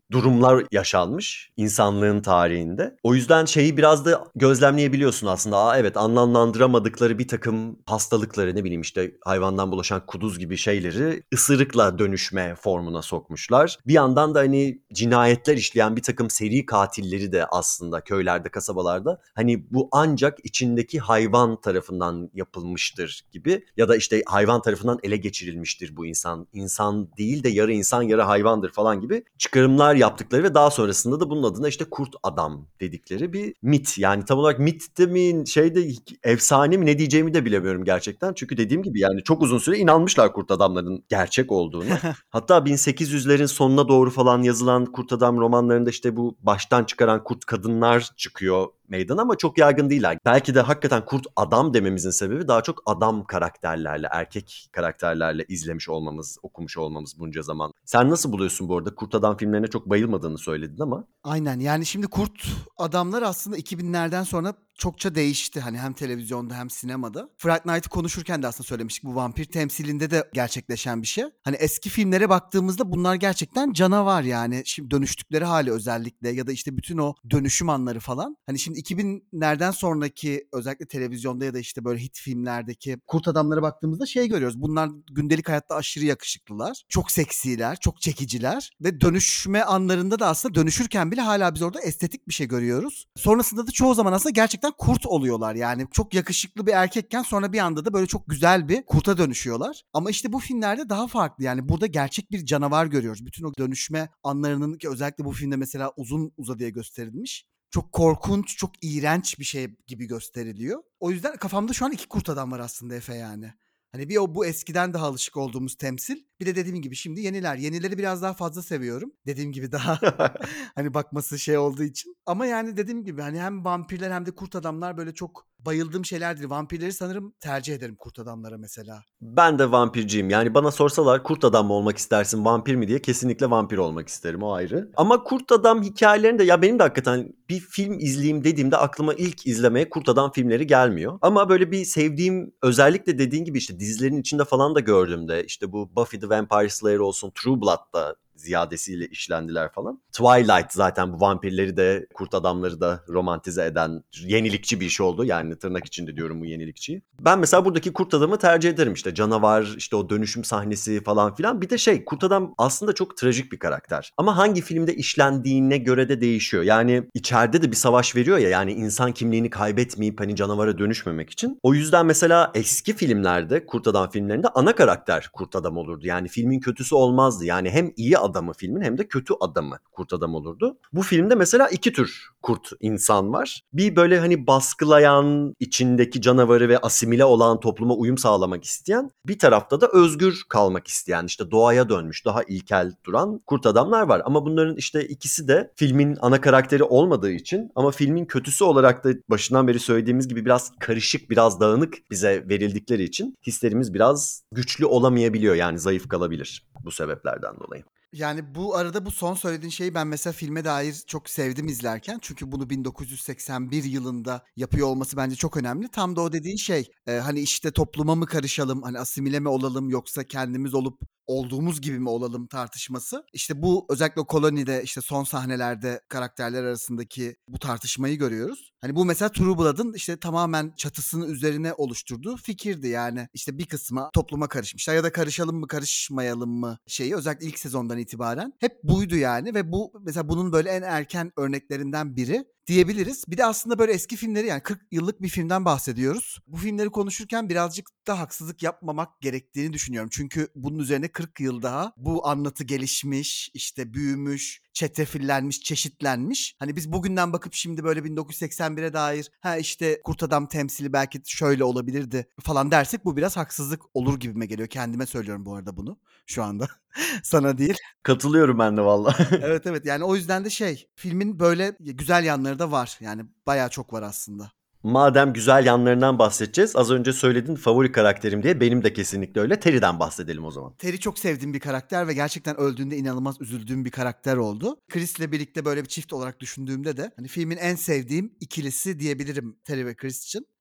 durumlar yaşanmış insanlığın tarihinde. O yüzden şeyi biraz da gözlemleyebiliyorsun aslında. Aa, evet, anlamlandıramadıkları bir takım hastalıkları, ne bileyim işte hayvandan bulaşan kuduz gibi şeyleri ısırıkla dönüşme formuna sokmuşlar. Bir yandan da hani cinayetler işleyen bir takım seri katilleri de aslında köylerde, kasabalarda hani bu ancak içindeki hayvan tarafından yapılmıştır gibi, ya da işte hayvan tarafından ele geçirilmiştir bu insan. İnsan değil de yarı insan yarı hayvandır falan gibi çıkarımlar yaptıkları ve daha sonrasında da bunun adına işte kurt adam dedikleri bir mit. Yani tam olarak mit de mi, şeyde efsane mi, ne diyeceğimi de bilemiyorum gerçekten. Çünkü dediğim gibi yani çok uzun süre inanmışlar kurt adamların gerçek olduğuna. Hatta bin sekiz yüzlerin sonuna doğru falan yazılan kurt adam romanlarında işte bu baştan çıkaran kurt kadınlar çıkıyor meydana ama çok yaygın değiller. Belki de hakikaten kurt adam dememizin sebebi daha çok adam karakterlerle, erkek karakterlerle izlemiş olmamız, okumuş olmamız bunca zaman. Sen nasıl buluyorsun bu arada? Kurt adam filmlerine çok bayılmadığını söyledin ama. Aynen, yani şimdi kurt adamlar aslında iki binlerden sonra çokça değişti. Hani hem televizyonda hem sinemada. Fright Night'ı konuşurken de aslında söylemiştik. Bu vampir temsilinde de gerçekleşen bir şey. Hani eski filmlere baktığımızda bunlar gerçekten canavar yani. Şimdi dönüştükleri hali özellikle ya da işte bütün o dönüşüm anları falan. Hani şimdi iki binlerden sonraki özellikle televizyonda ya da işte böyle hit filmlerdeki kurt adamlara baktığımızda şey görüyoruz. Bunlar gündelik hayatta aşırı yakışıklılar. Çok seksiler, çok çekiciler ve dönüşme anlarında da aslında dönüşürken bile hala biz orada estetik bir şey görüyoruz. Sonrasında da çoğu zaman aslında gerçekten kurt oluyorlar. Yani çok yakışıklı bir erkekken sonra bir anda da böyle çok güzel bir kurta dönüşüyorlar. Ama işte bu filmlerde daha farklı. Yani burada gerçek bir canavar görüyoruz. Bütün o dönüşme anlarının, ki özellikle bu filmde mesela uzun uzadıya gösterilmiş. Çok korkunç, çok iğrenç bir şey gibi gösteriliyor. O yüzden kafamda şu an iki kurt adam var aslında Efe yani. Hani bir o bu eskiden daha alışık olduğumuz temsil. Bir de dediğim gibi şimdi yeniler. Yenileri biraz daha fazla seviyorum. Dediğim gibi daha hani bakması şey olduğu için. Ama yani dediğim gibi hani hem vampirler hem de kurt adamlar böyle çok bayıldığım şeylerdir. Vampirleri sanırım tercih ederim kurt adamlara mesela. Ben de vampirciyim. Yani bana sorsalar kurt adam mı olmak istersin, vampir mi diye, kesinlikle vampir olmak isterim, o ayrı. Ama kurt adam hikayelerinde ya benim de hakikaten bir film izleyeyim dediğimde aklıma ilk izlemeye kurt adam filmleri gelmiyor. Ama böyle bir sevdiğim, özellikle dediğin gibi işte dizilerin içinde falan da gördüğümde işte bu Buffy the Vampire Slayer olsun, True Blood'da ziyadesiyle işlendiler falan. Twilight zaten bu vampirleri de kurt adamları da romantize eden yenilikçi bir iş oldu. Yani tırnak içinde diyorum bu yenilikçiyi. Ben mesela buradaki kurt adamı tercih ederim, işte canavar, işte o dönüşüm sahnesi falan filan. Bir de şey, kurt adam aslında çok trajik bir karakter. Ama hangi filmde işlendiğine göre de değişiyor. Yani içeride de bir savaş veriyor ya, yani insan kimliğini kaybetmeyip hani canavara dönüşmemek için. O yüzden mesela eski filmlerde, kurt adam filmlerinde ana karakter kurt adam olurdu. Yani filmin kötüsü olmazdı. Yani hem iyi adamı filmin hem de kötü adamı kurt adam olurdu. Bu filmde mesela iki tür kurt insan var. Bir böyle hani baskılayan, içindeki canavarı ve asimile olan topluma uyum sağlamak isteyen, bir tarafta da özgür kalmak isteyen, işte doğaya dönmüş, daha ilkel duran kurt adamlar var. Ama bunların işte ikisi de filmin ana karakteri olmadığı için, ama filmin kötüsü olarak da başından beri söylediğimiz gibi biraz karışık, biraz dağınık bize verildikleri için hislerimiz biraz güçlü olamayabiliyor, yani zayıf kalabilir bu sebeplerden dolayı. Yani bu arada bu son söylediğin şeyi ben mesela filme dair çok sevdim izlerken. Çünkü bunu bin dokuz yüz seksen bir yılında yapıyor olması bence çok önemli. Tam da o dediğin şey, e, hani işte topluma mı karışalım, hani asimile mi olalım yoksa kendimiz olup olduğumuz gibi mi olalım tartışması. İşte bu özellikle o kolonide işte son sahnelerde karakterler arasındaki bu tartışmayı görüyoruz. Hani bu mesela True Blood'ın işte tamamen çatısını üzerine oluşturduğu fikirdi yani. İşte bir kısmı topluma karışmışlar ya da karışalım mı karışmayalım mı şeyi, özellikle ilk sezondan itibaren hep buydu yani ve bu mesela bunun böyle en erken örneklerinden biri diyebiliriz. Bir de aslında böyle eski filmleri, yani kırk yıllık bir filmden bahsediyoruz. Bu filmleri konuşurken birazcık da haksızlık yapmamak gerektiğini düşünüyorum. Çünkü bunun üzerine kırk yıl daha bu anlatı gelişmiş, işte büyümüş, çetrefillenmiş, çeşitlenmiş. Hani biz bugünden bakıp şimdi böyle bin dokuz yüz seksen bire dair ha işte kurt adam temsili belki şöyle olabilirdi falan dersek bu biraz haksızlık olur gibime geliyor. Kendime söylüyorum bu arada bunu şu anda. Sana değil. Katılıyorum ben de valla. Evet evet, yani o yüzden de şey, filmin böyle güzel yanları da var. Yani bayağı çok var aslında. Madem güzel yanlarından bahsedeceğiz, az önce söyledin favori karakterim diye, benim de kesinlikle öyle. Terry'den bahsedelim o zaman. Terry çok sevdiğim bir karakter ve gerçekten öldüğünde inanılmaz üzüldüğüm bir karakter oldu. Chris'le birlikte böyle bir çift olarak düşündüğümde de hani filmin en sevdiğim ikilisi diyebilirim Terry ve Chris için.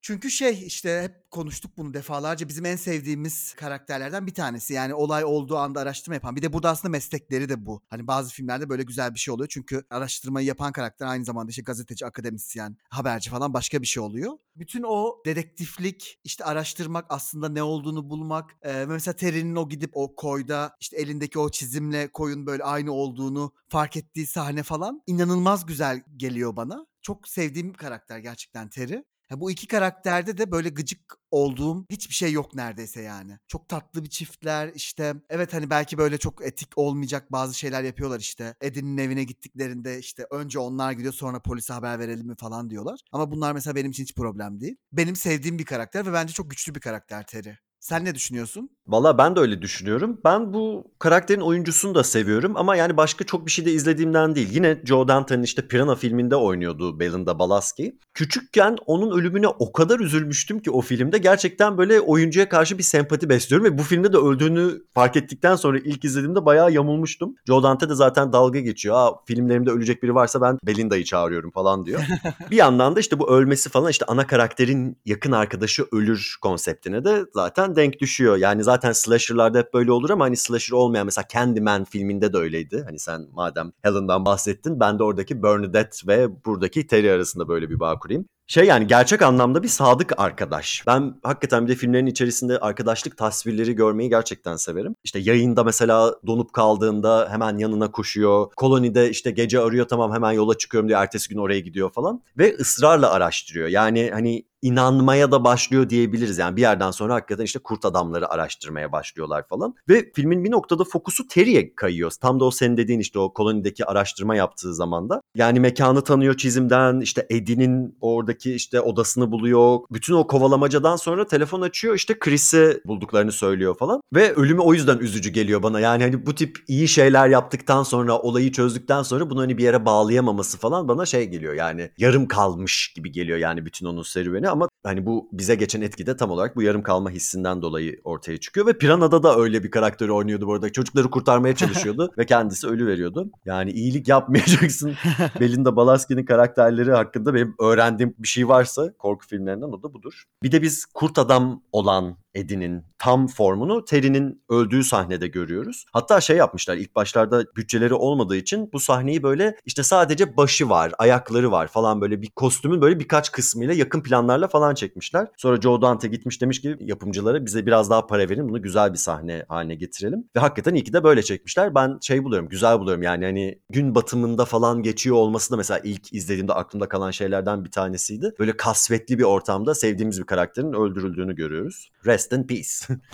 Çünkü şey işte hep konuştuk bunu defalarca, bizim en sevdiğimiz karakterlerden bir tanesi. Yani olay olduğu anda araştırma yapan. Bir de burada aslında meslekleri de bu. Hani bazı filmlerde böyle güzel bir şey oluyor. Çünkü araştırmayı yapan karakter aynı zamanda işte gazeteci, akademisyen, haberci falan başka bir şey oluyor. Bütün o dedektiflik, işte araştırmak, aslında ne olduğunu bulmak. Ee, mesela Terry'nin o gidip o koyda işte elindeki o çizimle koyun böyle aynı olduğunu fark ettiği sahne falan inanılmaz güzel geliyor bana. Çok sevdiğim bir karakter gerçekten Terry. Ya bu iki karakterde de böyle gıcık olduğum hiçbir şey yok neredeyse yani. Çok tatlı bir çiftler işte. Evet hani belki böyle çok etik olmayacak bazı şeyler yapıyorlar işte. Eddie'nin evine gittiklerinde işte önce onlar gidiyor sonra polise haber verelim mi falan diyorlar. Ama bunlar mesela benim için hiç problem değil. Benim sevdiğim bir karakter ve bence çok güçlü bir karakter Terry. Sen ne düşünüyorsun? Valla ben de öyle düşünüyorum. Ben bu karakterin oyuncusunu da seviyorum ama yani başka çok bir şey de izlediğimden değil. Yine Joe Dante'nin işte Piranha filminde oynuyordu Belinda Balaski. Küçükken onun ölümüne o kadar üzülmüştüm ki o filmde gerçekten böyle oyuncuya karşı bir sempati besliyorum ve bu filmde de öldüğünü fark ettikten sonra ilk izlediğimde bayağı yamulmuştum. Joe Dante de zaten dalga geçiyor. Aa, filmlerimde ölecek biri varsa ben Belinda'yı çağırıyorum falan diyor. Bir yandan da işte bu ölmesi falan işte ana karakterin yakın arkadaşı ölür konseptine de zaten denk düşüyor. Yani zaten slasher'larda hep böyle olur ama hani slasher olmayan mesela Candyman filminde de öyleydi. Hani sen madem Helen'dan bahsettin ben de oradaki Bernadette ve buradaki Terry arasında böyle bir bağ kurayım. Şey yani gerçek anlamda bir sadık arkadaş. Ben hakikaten bir de filmlerin içerisinde arkadaşlık tasvirleri görmeyi gerçekten severim. İşte yayında mesela donup kaldığında hemen yanına koşuyor. Kolonide işte gece arıyor tamam hemen yola çıkıyorum diye ertesi gün oraya gidiyor falan. Ve ısrarla araştırıyor. Yani hani inanmaya da başlıyor diyebiliriz. Yani bir yerden sonra hakikaten işte kurt adamları araştırmaya başlıyorlar falan. Ve filmin bir noktada fokusu Terry'e kayıyor. Tam da o senin dediğin işte o kolonideki araştırma yaptığı zamanda. Yani mekanı tanıyor çizimden, işte Eddie'nin oradaki işte odasını buluyor. Bütün o kovalamacadan sonra telefon açıyor işte Chris'i bulduklarını söylüyor falan. Ve ölümü o yüzden üzücü geliyor bana. Yani hani bu tip iyi şeyler yaptıktan sonra, olayı çözdükten sonra bunu hani bir yere bağlayamaması falan bana şey geliyor. Yani yarım kalmış gibi geliyor yani bütün onun serüveni ama hani bu bize geçen etki de tam olarak bu yarım kalma hissinden dolayı ortaya çıkıyor ve Piranha'da da öyle bir karakteri oynuyordu bu arada. Çocukları kurtarmaya çalışıyordu ve kendisi ölü veriyordu. Yani iyilik yapmayacaksın. Belinda Balaski'nin karakterleri hakkında benim öğrendiğim bir şey varsa korku filmlerinden o da budur. Bir de biz kurt adam olan Eddie'nin tam formunu Terry'nin öldüğü sahnede görüyoruz. Hatta şey yapmışlar ilk başlarda bütçeleri olmadığı için bu sahneyi böyle işte sadece başı var, ayakları var falan böyle bir kostümün böyle birkaç kısmıyla yakın planlarla falan çekmişler. Sonra Joe Dante gitmiş demiş ki yapımcılara bize biraz daha para verin bunu güzel bir sahne haline getirelim. Ve hakikaten iyi ki de böyle çekmişler. Ben şey buluyorum güzel buluyorum yani hani gün batımında falan geçiyor olması da mesela ilk izlediğimde aklımda kalan şeylerden bir tanesiydi. Böyle kasvetli bir ortamda sevdiğimiz bir karakterin öldürüldüğünü görüyoruz. Rest in peace.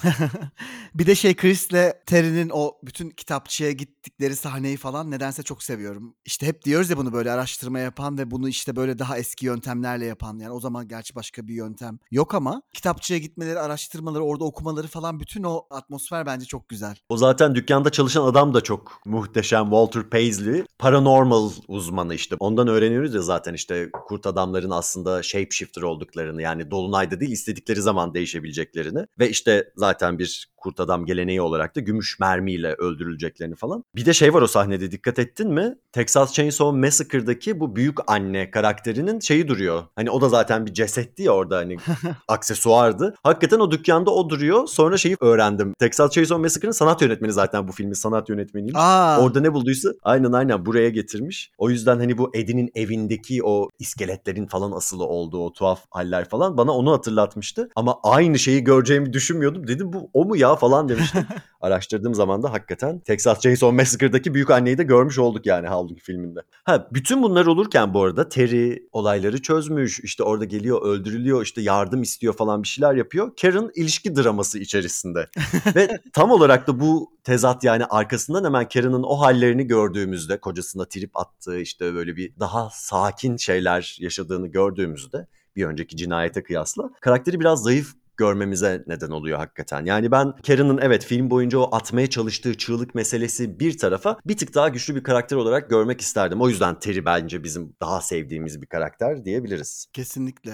Bir de şey Chris'le Terry'nin o bütün kitapçıya gittikleri sahneyi falan nedense çok seviyorum. İşte hep diyoruz ya bunu böyle araştırma yapan ve bunu işte böyle daha eski yöntemlerle yapan. Yani o zaman gerçi başka bir yöntem yok ama kitapçıya gitmeleri, araştırmaları, orada okumaları falan bütün o atmosfer bence çok güzel. O zaten dükkanda çalışan adam da çok muhteşem. Walter Paisley. Paranormal uzmanı işte. Ondan öğreniyoruz ya zaten işte kurt adamların aslında shapeshifter olduklarını yani dolunayda değil istedikleri zaman değişebileceklerini ve işte zaten bir kurt adam geleneği olarak da gümüş mermiyle öldürüleceklerini falan. Bir de şey var o sahnede dikkat ettin mi? Texas Chainsaw Massacre'daki bu büyük anne karakterinin şeyi duruyor. Hani o da zaten bir cesetti ya orada hani aksesuardı. Hakikaten o dükkanda o duruyor. Sonra şeyi öğrendim. Texas Chainsaw Massacre'ın sanat yönetmeni zaten bu filmin sanat yönetmeniymiş. Aa, Orada ne bulduysa aynen aynen buraya getirmiş. O yüzden hani bu Eddie'nin evindeki o iskeletlerin falan asılı olduğu o tuhaf haller falan bana onu hatırlatmıştı. Ama aynı şeyi göreceğimi düşünmüyordum. Dedim bu o mu ya falan demiştim. Araştırdığım zaman da hakikaten Texas Chainsaw Massacre'daki büyük anneyi de görmüş olduk yani Howling filminde. Ha bütün bunlar olurken bu arada Terry olayları çözmüş. İşte orada geliyor öldürülüyor işte yardım istiyor falan bir şeyler yapıyor. Karen ilişki draması içerisinde. Ve tam olarak da bu tezat yani arkasından hemen Karen'ın o hallerini gördüğümüzde kocasına trip attığı işte böyle bir daha sakin şeyler yaşadığını gördüğümüzde bir önceki cinayete kıyasla karakteri biraz zayıf görmemize neden oluyor hakikaten. Yani ben Karen'ın evet film boyunca o atmaya çalıştığı çığlık meselesi bir tarafa bir tık daha güçlü bir karakter olarak görmek isterdim. O yüzden Terry bence bizim daha sevdiğimiz bir karakter diyebiliriz. kesinlikle.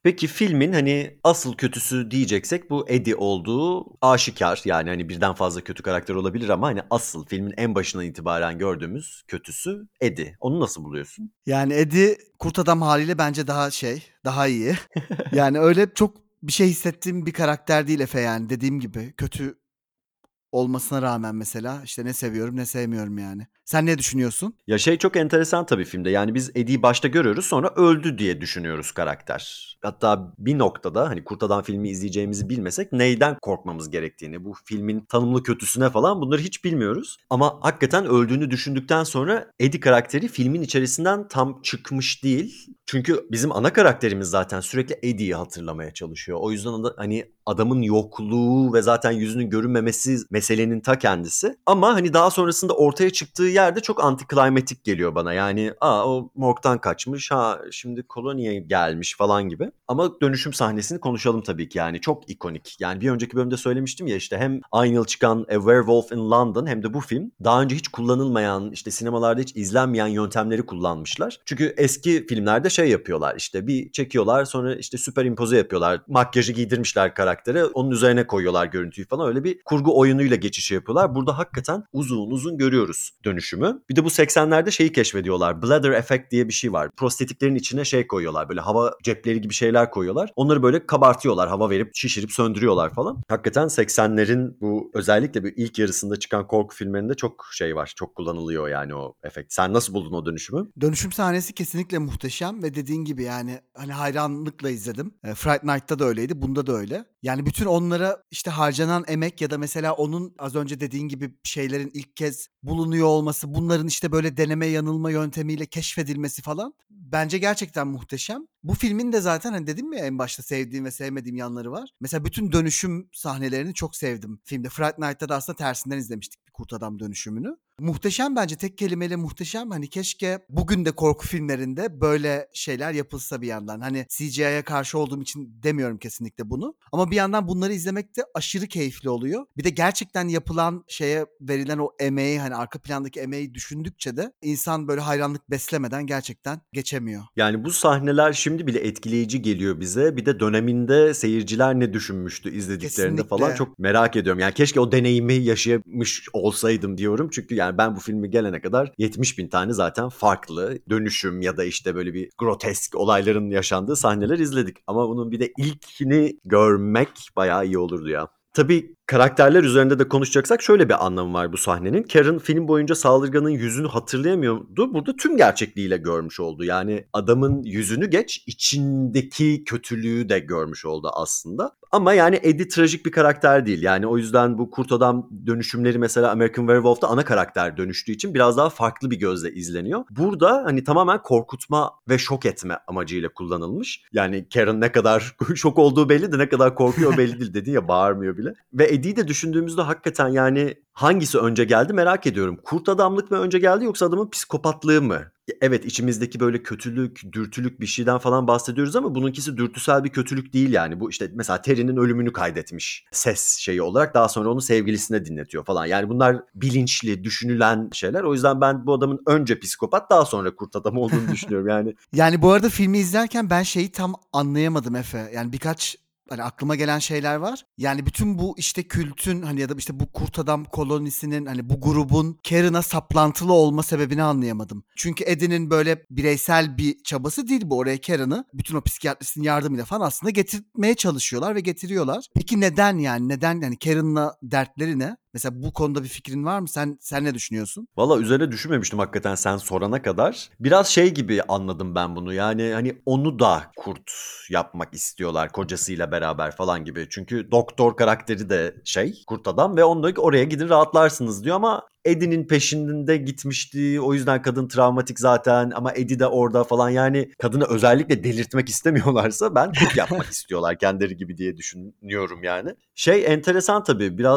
Peki filmin hani asıl kötüsü diyeceksek bu Eddie olduğu aşikar. Yani hani birden fazla kötü karakter olabilir ama hani asıl filmin en başından itibaren gördüğümüz kötüsü Eddie. Onu nasıl buluyorsun? Yani Eddie Kurt Adam haliyle bence daha şey, daha iyi. Yani öyle çok bir şey hissettiğim bir karakter değil Efe yani. Dediğim gibi kötü olmasına rağmen mesela işte ne seviyorum ne sevmiyorum yani. Sen ne düşünüyorsun? Ya şey çok enteresan tabii filmde. Yani biz Eddie'yi başta görüyoruz sonra öldü diye düşünüyoruz karakter. Hatta bir noktada hani Kurt Adam filmi izleyeceğimizi bilmesek neyden korkmamız gerektiğini, bu filmin tanımlı kötüsüne falan bunları hiç bilmiyoruz. Ama hakikaten öldüğünü düşündükten sonra Eddie karakteri filmin içerisinden tam çıkmış değil. Çünkü bizim ana karakterimiz zaten sürekli Eddie'yi hatırlamaya çalışıyor. O yüzden da hani adamın yokluğu ve zaten yüzünün görünmemesi meselenin ta kendisi. Ama hani daha sonrasında ortaya çıktığı yerde çok antiklimatik geliyor bana. Yani aa o morgdan kaçmış, ha şimdi koloniye gelmiş falan gibi. Ama dönüşüm sahnesini konuşalım tabii ki yani. Çok ikonik. Yani bir önceki bölümde söylemiştim ya işte hem aynı yıl çıkan A Werewolf in London hem de bu film daha önce hiç kullanılmayan, işte sinemalarda hiç izlenmeyen yöntemleri kullanmışlar. Çünkü eski filmlerde şey yapıyorlar, işte bir çekiyorlar sonra işte süperimpoze yapıyorlar. Makyajı giydirmişler karaktere, onun üzerine koyuyorlar görüntüyü falan, öyle bir kurgu oyunuyla geçiş yapıyorlar. Burada hakikaten uzun uzun görüyoruz dönüşümü. Bir de bu seksenlerde şeyi keşfediyorlar. Bladder effect diye bir şey var. Prostetiklerin içine şey koyuyorlar, böyle hava cepleri gibi şeyler koyuyorlar. Onları böyle kabartıyorlar, hava verip şişirip söndürüyorlar falan. Hakikaten seksenlerin bu özellikle bir ilk yarısında çıkan korku filmlerinde çok şey var. Çok kullanılıyor yani o efekt. Sen nasıl buldun o dönüşümü? Dönüşüm sahnesi kesinlikle muhteşem ve dediğin gibi yani hani hayranlıkla izledim. E, Fright Night'ta da öyleydi, bunda da öyle. Yani bütün onlara işte harcanan emek ya da mesela onun az önce dediğin gibi şeylerin ilk kez bulunuyor olması, bunların işte böyle deneme yanılma yöntemiyle keşfedilmesi falan bence gerçekten muhteşem. Bu filmin de zaten hani dedim ya en başta sevdiğim ve sevmediğim yanları var. Mesela bütün dönüşüm sahnelerini çok sevdim filmde. Fright Night'ta da aslında tersinden izlemiştik bir kurt adam dönüşümünü. Muhteşem, bence tek kelimeyle muhteşem. Hani keşke bugün de korku filmlerinde böyle şeyler yapılsa bir yandan. Hani C G I'ye karşı olduğum için demiyorum kesinlikle bunu. Ama bir yandan bunları izlemek de aşırı keyifli oluyor. Bir de gerçekten yapılan şeye verilen o emeği, hani arka plandaki emeği düşündükçe de insan böyle hayranlık beslemeden gerçekten geçemiyor. Yani bu sahneler şimdi bile etkileyici geliyor bize. Bir de döneminde seyirciler ne düşünmüştü izlediklerinde falan Kesinlikle. çok merak ediyorum. Yani keşke o deneyimi yaşamış olsaydım diyorum. Çünkü yani ben bu filmi gelene kadar yetmiş bin tane zaten farklı dönüşüm ya da işte böyle bir grotesk olayların yaşandığı sahneler izledik. Ama bunun bir de ilkini görmek bayağı iyi olurdu ya. Tabii karakterler üzerinde de konuşacaksak şöyle bir anlamı var bu sahnenin. Karen film boyunca saldırganın yüzünü hatırlayamıyordu. Burada tüm gerçekliğiyle görmüş oldu. Yani adamın yüzünü geç, içindeki kötülüğü de görmüş oldu aslında. Ama yani Eddie trajik bir karakter değil. Yani o yüzden bu kurt adam dönüşümleri mesela American Werewolf'ta ana karakter dönüştüğü için biraz daha farklı bir gözle izleniyor. Burada hani tamamen korkutma ve şok etme amacıyla kullanılmış. Yani Karen ne kadar şok olduğu belli de ne kadar korkuyor belli değil, dedi ya, bağırmıyor bile. Ve Eddie'yi de düşündüğümüzde hakikaten yani hangisi önce geldi merak ediyorum. Kurt adamlık mı önce geldi yoksa adamın psikopatlığı mı? Evet, içimizdeki böyle kötülük, dürtülük bir şeyden falan bahsediyoruz ama bununkisi dürtüsel bir kötülük değil yani. Bu işte mesela Terry'nin ölümünü kaydetmiş ses şeyi olarak, daha sonra onu sevgilisine dinletiyor falan. Yani bunlar bilinçli, düşünülen şeyler. O yüzden ben bu adamın önce psikopat daha sonra kurt adam olduğunu düşünüyorum yani. Yani bu arada filmi izlerken ben şeyi tam anlayamadım Efe. Yani birkaç hani aklıma gelen şeyler var. Yani bütün bu işte kültün hani ya da işte bu kurt adam kolonisinin hani bu grubun Karen'a saplantılı olma sebebini anlayamadım. Çünkü Eddie'nin böyle bireysel bir çabası değil bu, oraya Karen'ı bütün o psikiyatristin yardımıyla falan aslında getirmeye çalışıyorlar ve getiriyorlar. Peki neden yani? Neden yani Karen'la dertleri ne? Mesela bu konuda bir fikrin var mı? Sen sen ne düşünüyorsun? Valla üzerine düşünmemiştim hakikaten sen sorana kadar. Biraz şey gibi anladım ben bunu. Yani hani onu da kurt yapmak istiyorlar kocasıyla beraber falan gibi. Çünkü doktor karakteri de şey, kurt adam ve onunla oraya gidin rahatlarsınız diyor ama Eddie'nin peşinde gitmişti. O yüzden kadın travmatik zaten ama Eddie de orada falan. Yani kadını özellikle delirtmek istemiyorlarsa ben kurt yapmak istiyorlar kendileri gibi diye düşünüyorum yani. Şey enteresan tabii, biraz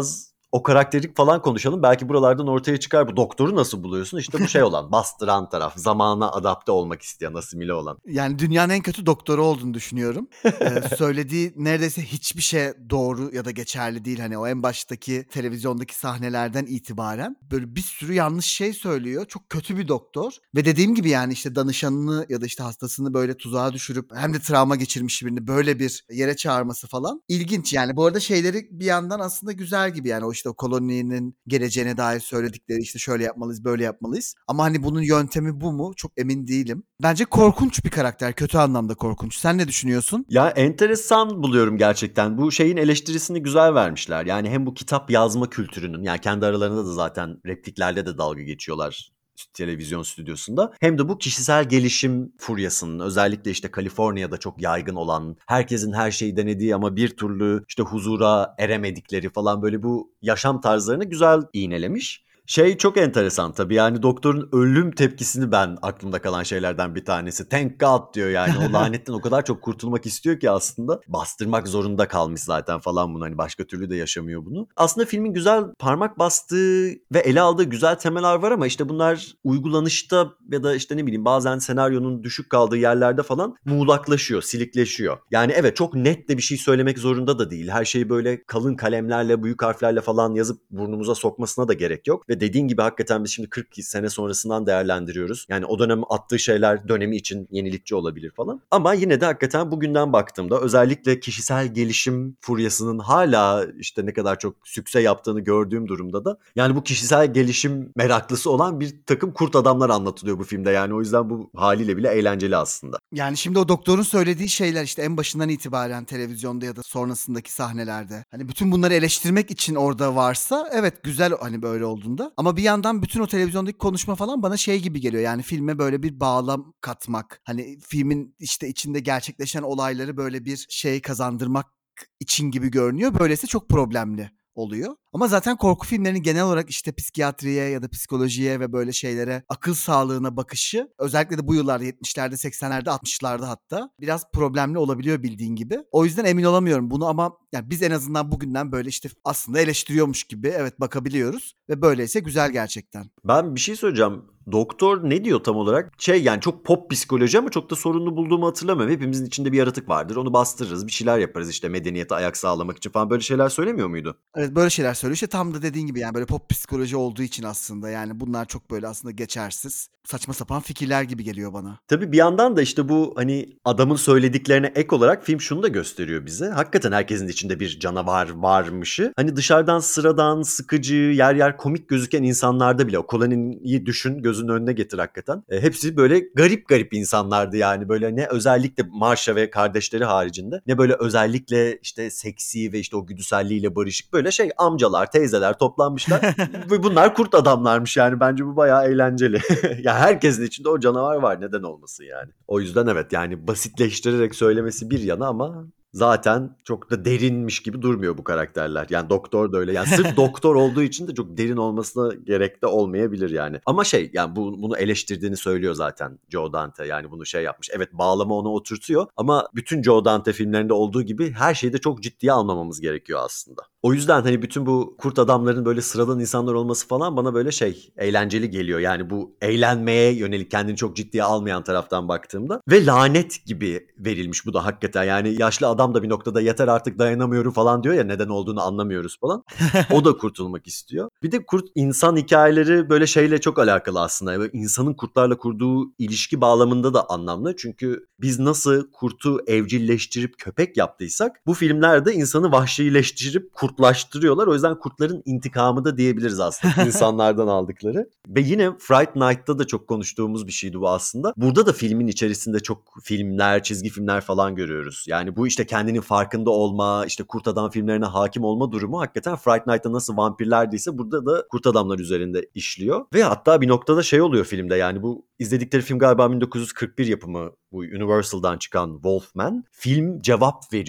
o karakteri falan konuşalım. Belki buralardan ortaya çıkar. Bu doktoru nasıl buluyorsun? İşte bu şey olan, bastıran taraf, zamana adapte olmak isteyen, asimile olan. Yani dünyanın en kötü doktoru olduğunu düşünüyorum. Ee, söylediği neredeyse hiçbir şey doğru ya da geçerli değil. Hani o en baştaki televizyondaki sahnelerden itibaren böyle bir sürü yanlış şey söylüyor. Çok kötü bir doktor. Ve dediğim gibi yani işte danışanını ya da işte hastasını böyle tuzağa düşürüp hem de travma geçirmiş birini böyle bir yere çağırması falan ilginç. Yani bu arada şeyleri bir yandan aslında güzel gibi, yani o işte o koloninin geleceğine dair söyledikleri, işte şöyle yapmalıyız, böyle yapmalıyız. Ama hani bunun yöntemi bu mu? Çok emin değilim. Bence korkunç bir karakter. Kötü anlamda korkunç. Sen ne düşünüyorsun? Ya enteresan buluyorum gerçekten. Bu şeyin eleştirisini güzel vermişler. Yani hem bu kitap yazma kültürünün, yani kendi aralarında da zaten repliklerle de dalga geçiyorlar televizyon stüdyosunda. Hem de bu kişisel gelişim furyasının, özellikle işte Kaliforniya'da çok yaygın olan, herkesin her şeyi denediği ama bir türlü işte huzura eremedikleri falan, böyle bu yaşam tarzlarını güzel iğnelemiş. Şey çok enteresan tabii, yani doktorun ölüm tepkisini ben aklımda kalan şeylerden bir tanesi. Thank God diyor yani, o lanetten o kadar çok kurtulmak istiyor ki aslında. Bastırmak zorunda kalmış zaten falan bunu, hani başka türlü de yaşamıyor bunu. Aslında filmin güzel parmak bastığı ve ele aldığı güzel temeller var ama işte bunlar uygulanışta ya da işte ne bileyim bazen senaryonun düşük kaldığı yerlerde falan muğlaklaşıyor, silikleşiyor. Yani evet, çok net de bir şey söylemek zorunda da değil. Her şeyi böyle kalın kalemlerle, büyük harflerle falan yazıp burnumuza sokmasına da gerek yok. Ve dediğin gibi hakikaten biz şimdi kırk sene sonrasından değerlendiriyoruz. Yani o dönem attığı şeyler dönemi için yenilikçi olabilir falan. Ama yine de hakikaten bugünden baktığımda özellikle kişisel gelişim furyasının hala işte ne kadar çok sükse yaptığını gördüğüm durumda da, yani bu kişisel gelişim meraklısı olan bir takım kurt adamlar anlatılıyor bu filmde. Yani o yüzden bu haliyle bile eğlenceli aslında. Yani şimdi o doktorun söylediği şeyler işte en başından itibaren televizyonda ya da sonrasındaki sahnelerde, hani bütün bunları eleştirmek için orada varsa evet güzel hani böyle olduğunda, ama bir yandan bütün o televizyondaki konuşma falan bana şey gibi geliyor, yani filme böyle bir bağlam katmak, hani filmin işte içinde gerçekleşen olayları böyle bir şey kazandırmak için gibi görünüyor. Böylesi çok problemli oluyor. Ama zaten korku filmlerinin genel olarak işte psikiyatriye ya da psikolojiye ve böyle şeylere, akıl sağlığına bakışı özellikle de bu yıllarda yetmişlerde, seksenlerde, altmışlarda hatta biraz problemli olabiliyor bildiğin gibi. O yüzden emin olamıyorum bunu, ama yani biz en azından bugünden böyle işte aslında eleştiriyormuş gibi evet bakabiliyoruz ve böyleyse güzel gerçekten. Ben bir şey söyleyeceğim. Doktor ne diyor tam olarak? Şey, yani çok pop psikoloji ama çok da sorunlu bulduğumu hatırlamıyorum. Hepimizin içinde bir yaratık vardır. Onu bastırırız, bir şeyler yaparız işte medeniyete ayak sağlamak için falan, böyle şeyler söylemiyor muydu? Evet, böyle şeyler söylüyor. İşte tam da dediğin gibi yani böyle pop psikoloji olduğu için aslında yani bunlar çok böyle aslında geçersiz, saçma sapan fikirler gibi geliyor bana. Tabii bir yandan da işte bu hani adamın söylediklerine ek olarak film şunu da gösteriyor bize. Hakikaten herkesin içinde bir canavar varmışı. Hani dışarıdan sıradan, sıkıcı, yer yer komik gözüken insanlarda bile, o koloniyi düşün, gözünün önüne getir hakikaten. E, hepsi böyle garip garip insanlardı yani, böyle ne özellikle Marsha ve kardeşleri haricinde, ne böyle özellikle işte seksi ve işte o güdüselliğiyle barışık böyle şey amcalar, teyzeler toplanmışlar. Ve bunlar kurt adamlarmış yani, bence bu bayağı eğlenceli. Ya herkesin içinde o canavar var, neden olmasın yani. O yüzden evet, yani basitleştirerek söylemesi bir yana ama zaten çok da derinmiş gibi durmuyor bu karakterler. Yani doktor da öyle. Yani sırf doktor olduğu için de çok derin olmasına gerek de olmayabilir yani. Ama şey, yani bu, bunu eleştirdiğini söylüyor zaten Joe Dante. Yani bunu şey yapmış. Evet, bağlama onu oturtuyor ama bütün Joe Dante filmlerinde olduğu gibi her şeyi de çok ciddiye almamamız gerekiyor aslında. O yüzden hani bütün bu kurt adamların böyle sıradan insanlar olması falan bana böyle şey, eğlenceli geliyor. Yani bu eğlenmeye yönelik, kendini çok ciddiye almayan taraftan baktığımda. Ve lanet gibi verilmiş bu da hakikaten. Yani yaşlı adam da bir noktada yeter artık dayanamıyorum falan diyor ya, neden olduğunu anlamıyoruz falan. O da kurtulmak istiyor. Bir de kurt insan hikayeleri böyle şeyle çok alakalı aslında. Böyle insanın kurtlarla kurduğu ilişki bağlamında da anlamlı. Çünkü biz nasıl kurtu evcilleştirip köpek yaptıysak, bu filmlerde insanı vahşileştirip kurtlaştırıyorlar. O yüzden kurtların intikamı da diyebiliriz aslında insanlardan aldıkları. Ve yine Fright Night'ta da çok konuştuğumuz bir şeydi bu aslında. Burada da filmin içerisinde çok filmler, çizgi filmler falan görüyoruz. Yani bu işte kendinin farkında olma, işte kurt adam filmlerine hakim olma durumu hakikaten Fright Night'ta nasıl vampirlerdiyse burada da kurt adamlar üzerinde işliyor. Ve hatta bir noktada şey oluyor filmde, yani bu izledikleri film galiba bin dokuz yüz kırk bir yapımı, bu Universal'dan çıkan Wolfman. Film cevap veriyor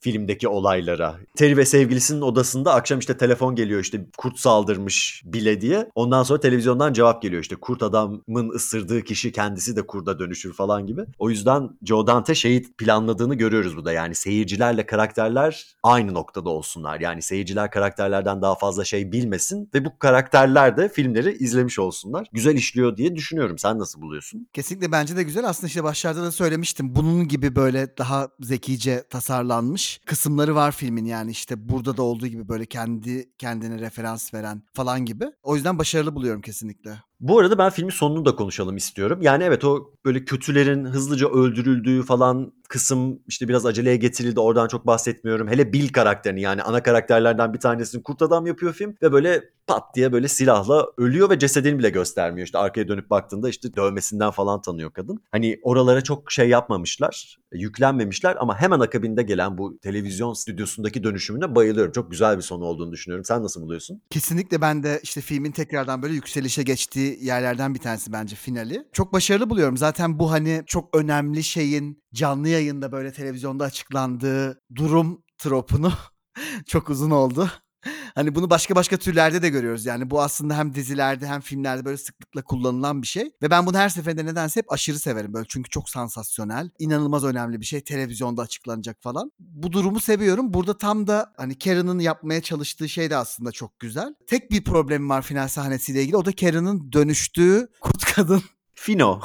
filmdeki olaylara. Terry ve sevgilisinin odasında akşam işte telefon geliyor, işte kurt saldırmış bile diye. Ondan sonra televizyondan cevap geliyor, işte kurt adamın ısırdığı kişi kendisi de kurda dönüşür falan gibi. O yüzden Joe Dante şeyi planladığını görüyoruz burada. Yani seyircilerle karakterler aynı noktada olsunlar. Yani seyirciler karakterlerden daha fazla şey bilmesin ve bu karakterler de filmleri izlemiş olsunlar. Güzel işliyor diye düşünüyorum. Sen nasıl buluyorsun? Kesinlikle bence de güzel. Aslında işte başlarda da söylemiştim. Bunun gibi böyle daha zekice tasarlanmış kısımları var filmin. Yani işte burada da olduğu gibi böyle kendi kendine referans veren falan gibi. O yüzden başarılı buluyorum kesinlikle. Bu arada ben filmin sonunu da konuşalım istiyorum. Yani evet, o böyle kötülerin hızlıca öldürüldüğü falan kısım işte biraz aceleye getirildi. Oradan çok bahsetmiyorum. Hele Bill karakterini, yani ana karakterlerden bir tanesini kurt adam yapıyor film ve böyle pat diye böyle silahla ölüyor ve cesedini bile göstermiyor. İşte arkaya dönüp baktığında işte dövmesinden falan tanıyor kadın. Hani oralara çok şey yapmamışlar, yüklenmemişler ama hemen akabinde gelen bu televizyon stüdyosundaki dönüşümüne bayılıyorum. Çok güzel bir sonu olduğunu düşünüyorum. Sen nasıl buluyorsun? Kesinlikle ben de işte filmin tekrardan böyle yükselişe geçtiği yerlerden bir tanesi bence finali. Çok başarılı buluyorum. Zaten bu hani çok önemli şeyin canlı yayında böyle televizyonda açıklandığı durum tropunu çok uzun oldu. Hani bunu başka başka türlerde de görüyoruz. Yani bu aslında hem dizilerde hem filmlerde böyle sıklıkla kullanılan bir şey. Ve ben bunu her seferinde nedense hep aşırı severim. Böyle çünkü çok sansasyonel, inanılmaz önemli bir şey. Televizyonda açıklanacak falan. Bu durumu seviyorum. Burada tam da hani Karen'ın yapmaya çalıştığı şey de aslında çok güzel. Tek bir problemi var final sahnesiyle ilgili. O da Karen'ın dönüştüğü kurt kadın Fino.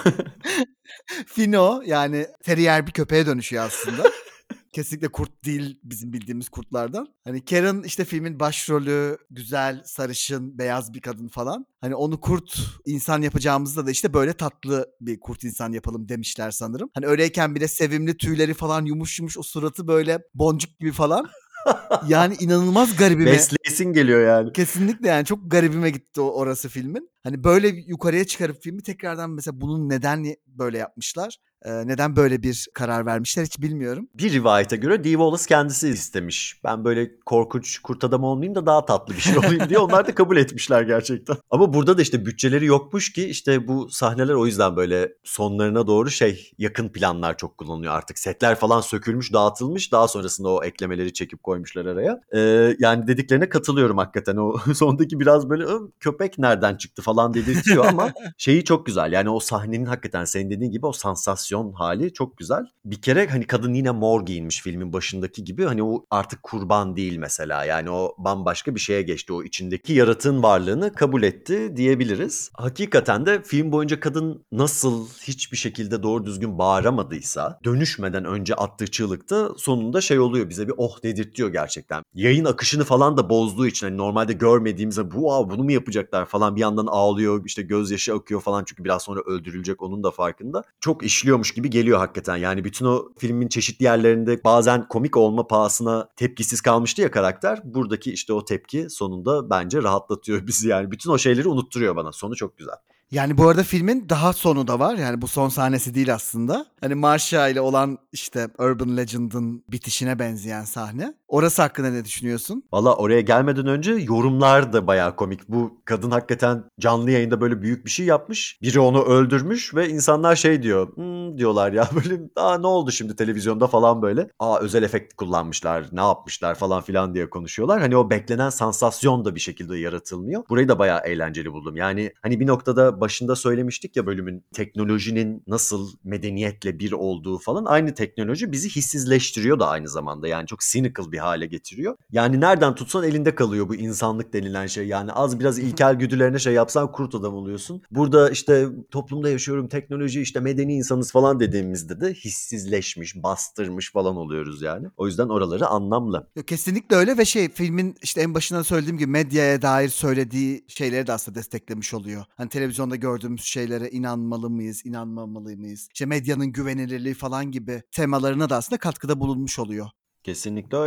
Fino, yani terrier bir köpeğe dönüşüyor aslında. Kesinlikle kurt değil bizim bildiğimiz kurtlardan. Hani Karen işte filmin başrolü, güzel, sarışın, beyaz bir kadın falan. Hani onu kurt insan yapacağımızda da işte böyle tatlı bir kurt insan yapalım demişler sanırım. Hani öyleyken bile sevimli, tüyleri falan yumuş yumuş, o suratı böyle boncuk gibi falan. Yani inanılmaz garibime. Besleyesin geliyor yani. Kesinlikle, yani çok garibime gitti o orası filmin. Hani böyle yukarıya çıkarıp filmi tekrardan mesela bunun neden böyle yapmışlar? Ee, neden böyle bir karar vermişler hiç bilmiyorum. Bir rivayete göre Dee Wallace kendisi istemiş. Ben böyle korkunç kurt adam olmayayım da daha tatlı bir şey olayım diye, onlar da kabul etmişler gerçekten. Ama burada da işte bütçeleri yokmuş ki işte bu sahneler o yüzden böyle sonlarına doğru şey, yakın planlar çok kullanılıyor artık. Setler falan sökülmüş, dağıtılmış. Daha sonrasında o eklemeleri çekip koymuşlar araya. Ee, yani dediklerine katılıyorum hakikaten. O sondaki biraz böyle köpek nereden çıktı falan dedirtiyor ama şeyi çok güzel. Yani o sahnenin hakikaten senin dediğin gibi o sansasyon hali çok güzel. Bir kere hani kadın yine mor giyinmiş filmin başındaki gibi, hani o artık kurban değil mesela. Yani o bambaşka bir şeye geçti. O içindeki yaratığın varlığını kabul etti diyebiliriz. Hakikaten de film boyunca kadın nasıl hiçbir şekilde doğru düzgün bağıramadıysa, dönüşmeden önce attığı çığlıkta sonunda şey oluyor, bize bir oh dedirtiyor gerçekten. Yayın akışını falan da bozduğu için hani normalde görmediğimizde bu wow, bunu mu yapacaklar falan, bir yandan ağlıyor, işte gözyaşı akıyor falan çünkü biraz sonra öldürülecek, onun da farkında. Çok işliyormuş gibi geliyor hakikaten. Yani bütün o filmin çeşitli yerlerinde bazen komik olma pahasına tepkisiz kalmıştı ya karakter. Buradaki işte o tepki sonunda bence rahatlatıyor bizi yani. Bütün o şeyleri unutturuyor bana. Sonu çok güzel. Yani bu arada filmin daha sonu da var. Yani bu son sahnesi değil aslında. Hani Marcia ile olan işte Urban Legend'ın bitişine benzeyen sahne. Orası hakkında ne düşünüyorsun? Valla oraya gelmeden önce yorumlar da bayağı komik. Bu kadın hakikaten canlı yayında böyle büyük bir şey yapmış. Biri onu öldürmüş ve insanlar şey diyor. Hmm, diyorlar ya böyle, aa ne oldu şimdi televizyonda falan böyle. Aa özel efekt kullanmışlar, ne yapmışlar falan filan diye konuşuyorlar. Hani o beklenen sansasyon da bir şekilde yaratılmıyor. Burayı da bayağı eğlenceli buldum. Yani hani bir noktada başında söylemiştik ya bölümün, teknolojinin nasıl medeniyetle bir olduğu falan. Aynı teknoloji bizi hissizleştiriyor da aynı zamanda. Yani çok cynical bir hale getiriyor. Yani nereden tutsan elinde kalıyor bu insanlık denilen şey. Yani az biraz ilkel güdülerine şey yapsan kurt adam oluyorsun. Burada işte toplumda yaşıyorum, teknoloji işte medeni insanız falan dediğimizde de hissizleşmiş, bastırmış falan oluyoruz yani. O yüzden oraları anlamlı. Yok, kesinlikle öyle ve şey, filmin işte en başında söylediğim gibi medyaya dair söylediği şeyleri de aslında desteklemiş oluyor. Hani televizyonda gördüğümüz şeylere inanmalı mıyız, inanmamalı mıyız? İşte medyanın güvenilirliği falan gibi temalarına da aslında katkıda bulunmuş oluyor. Kesinlikle öyle.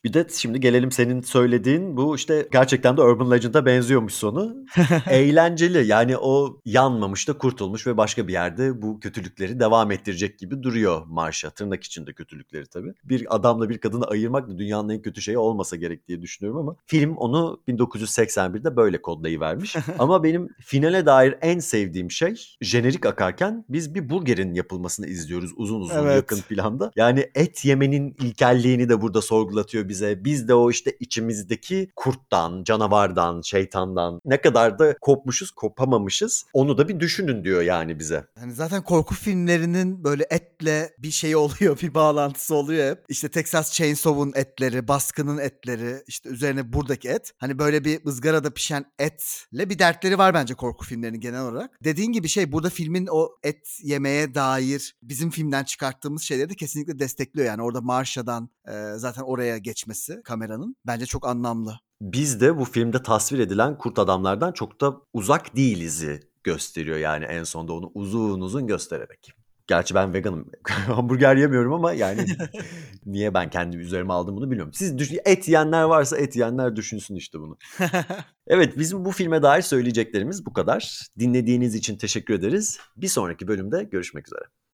Bir de şimdi gelelim senin söylediğin bu işte gerçekten de Urban Legend'a benziyormuş sonu. Eğlenceli, yani o yanmamış da kurtulmuş ve başka bir yerde bu kötülükleri devam ettirecek gibi duruyor Marsha. Tırnak içinde kötülükleri tabii. Bir adamla bir kadını ayırmak da dünyanın en kötü şeyi olmasa gerek diye düşünüyorum ama film onu bin dokuz yüz seksen birde böyle kodlayıvermiş. Ama benim finale dair en sevdiğim şey jenerik akarken biz bir burgerin yapılmasını izliyoruz uzun uzun Evet. yakın planda. Yani et yemenin ilkelliğini de burada sorgulatıyor bize. Biz de o işte içimizdeki kurttan, canavardan, şeytandan ne kadar da kopmuşuz, kopamamışız. Onu da bir düşünün diyor yani bize. Hani zaten korku filmlerinin böyle etle bir şey oluyor, bir bağlantısı oluyor hep. İşte Texas Chainsaw'un etleri, Baskın'ın etleri, işte üzerine buradaki et. Hani böyle bir ızgarada pişen etle bir dertleri var bence korku filmlerinin genel olarak. Dediğin gibi şey, burada filmin o et yemeye dair bizim filmden çıkarttığımız şeyleri de kesinlikle destekliyor. Yani orada Marsha'dan e, zaten oraya geçmesi kameranın bence çok anlamlı. Biz de bu filmde tasvir edilen kurt adamlardan çok da uzak değilizi gösteriyor yani en sonunda onu uzun uzun göstererek. Gerçi ben veganım. Hamburger yemiyorum ama yani niye ben kendi üzerime aldım bunu bilmiyorum. Siz düş- et yiyenler varsa et yiyenler düşünsün işte bunu. Evet, bizim bu filme dair söyleyeceklerimiz bu kadar. Dinlediğiniz için teşekkür ederiz. Bir sonraki bölümde görüşmek üzere.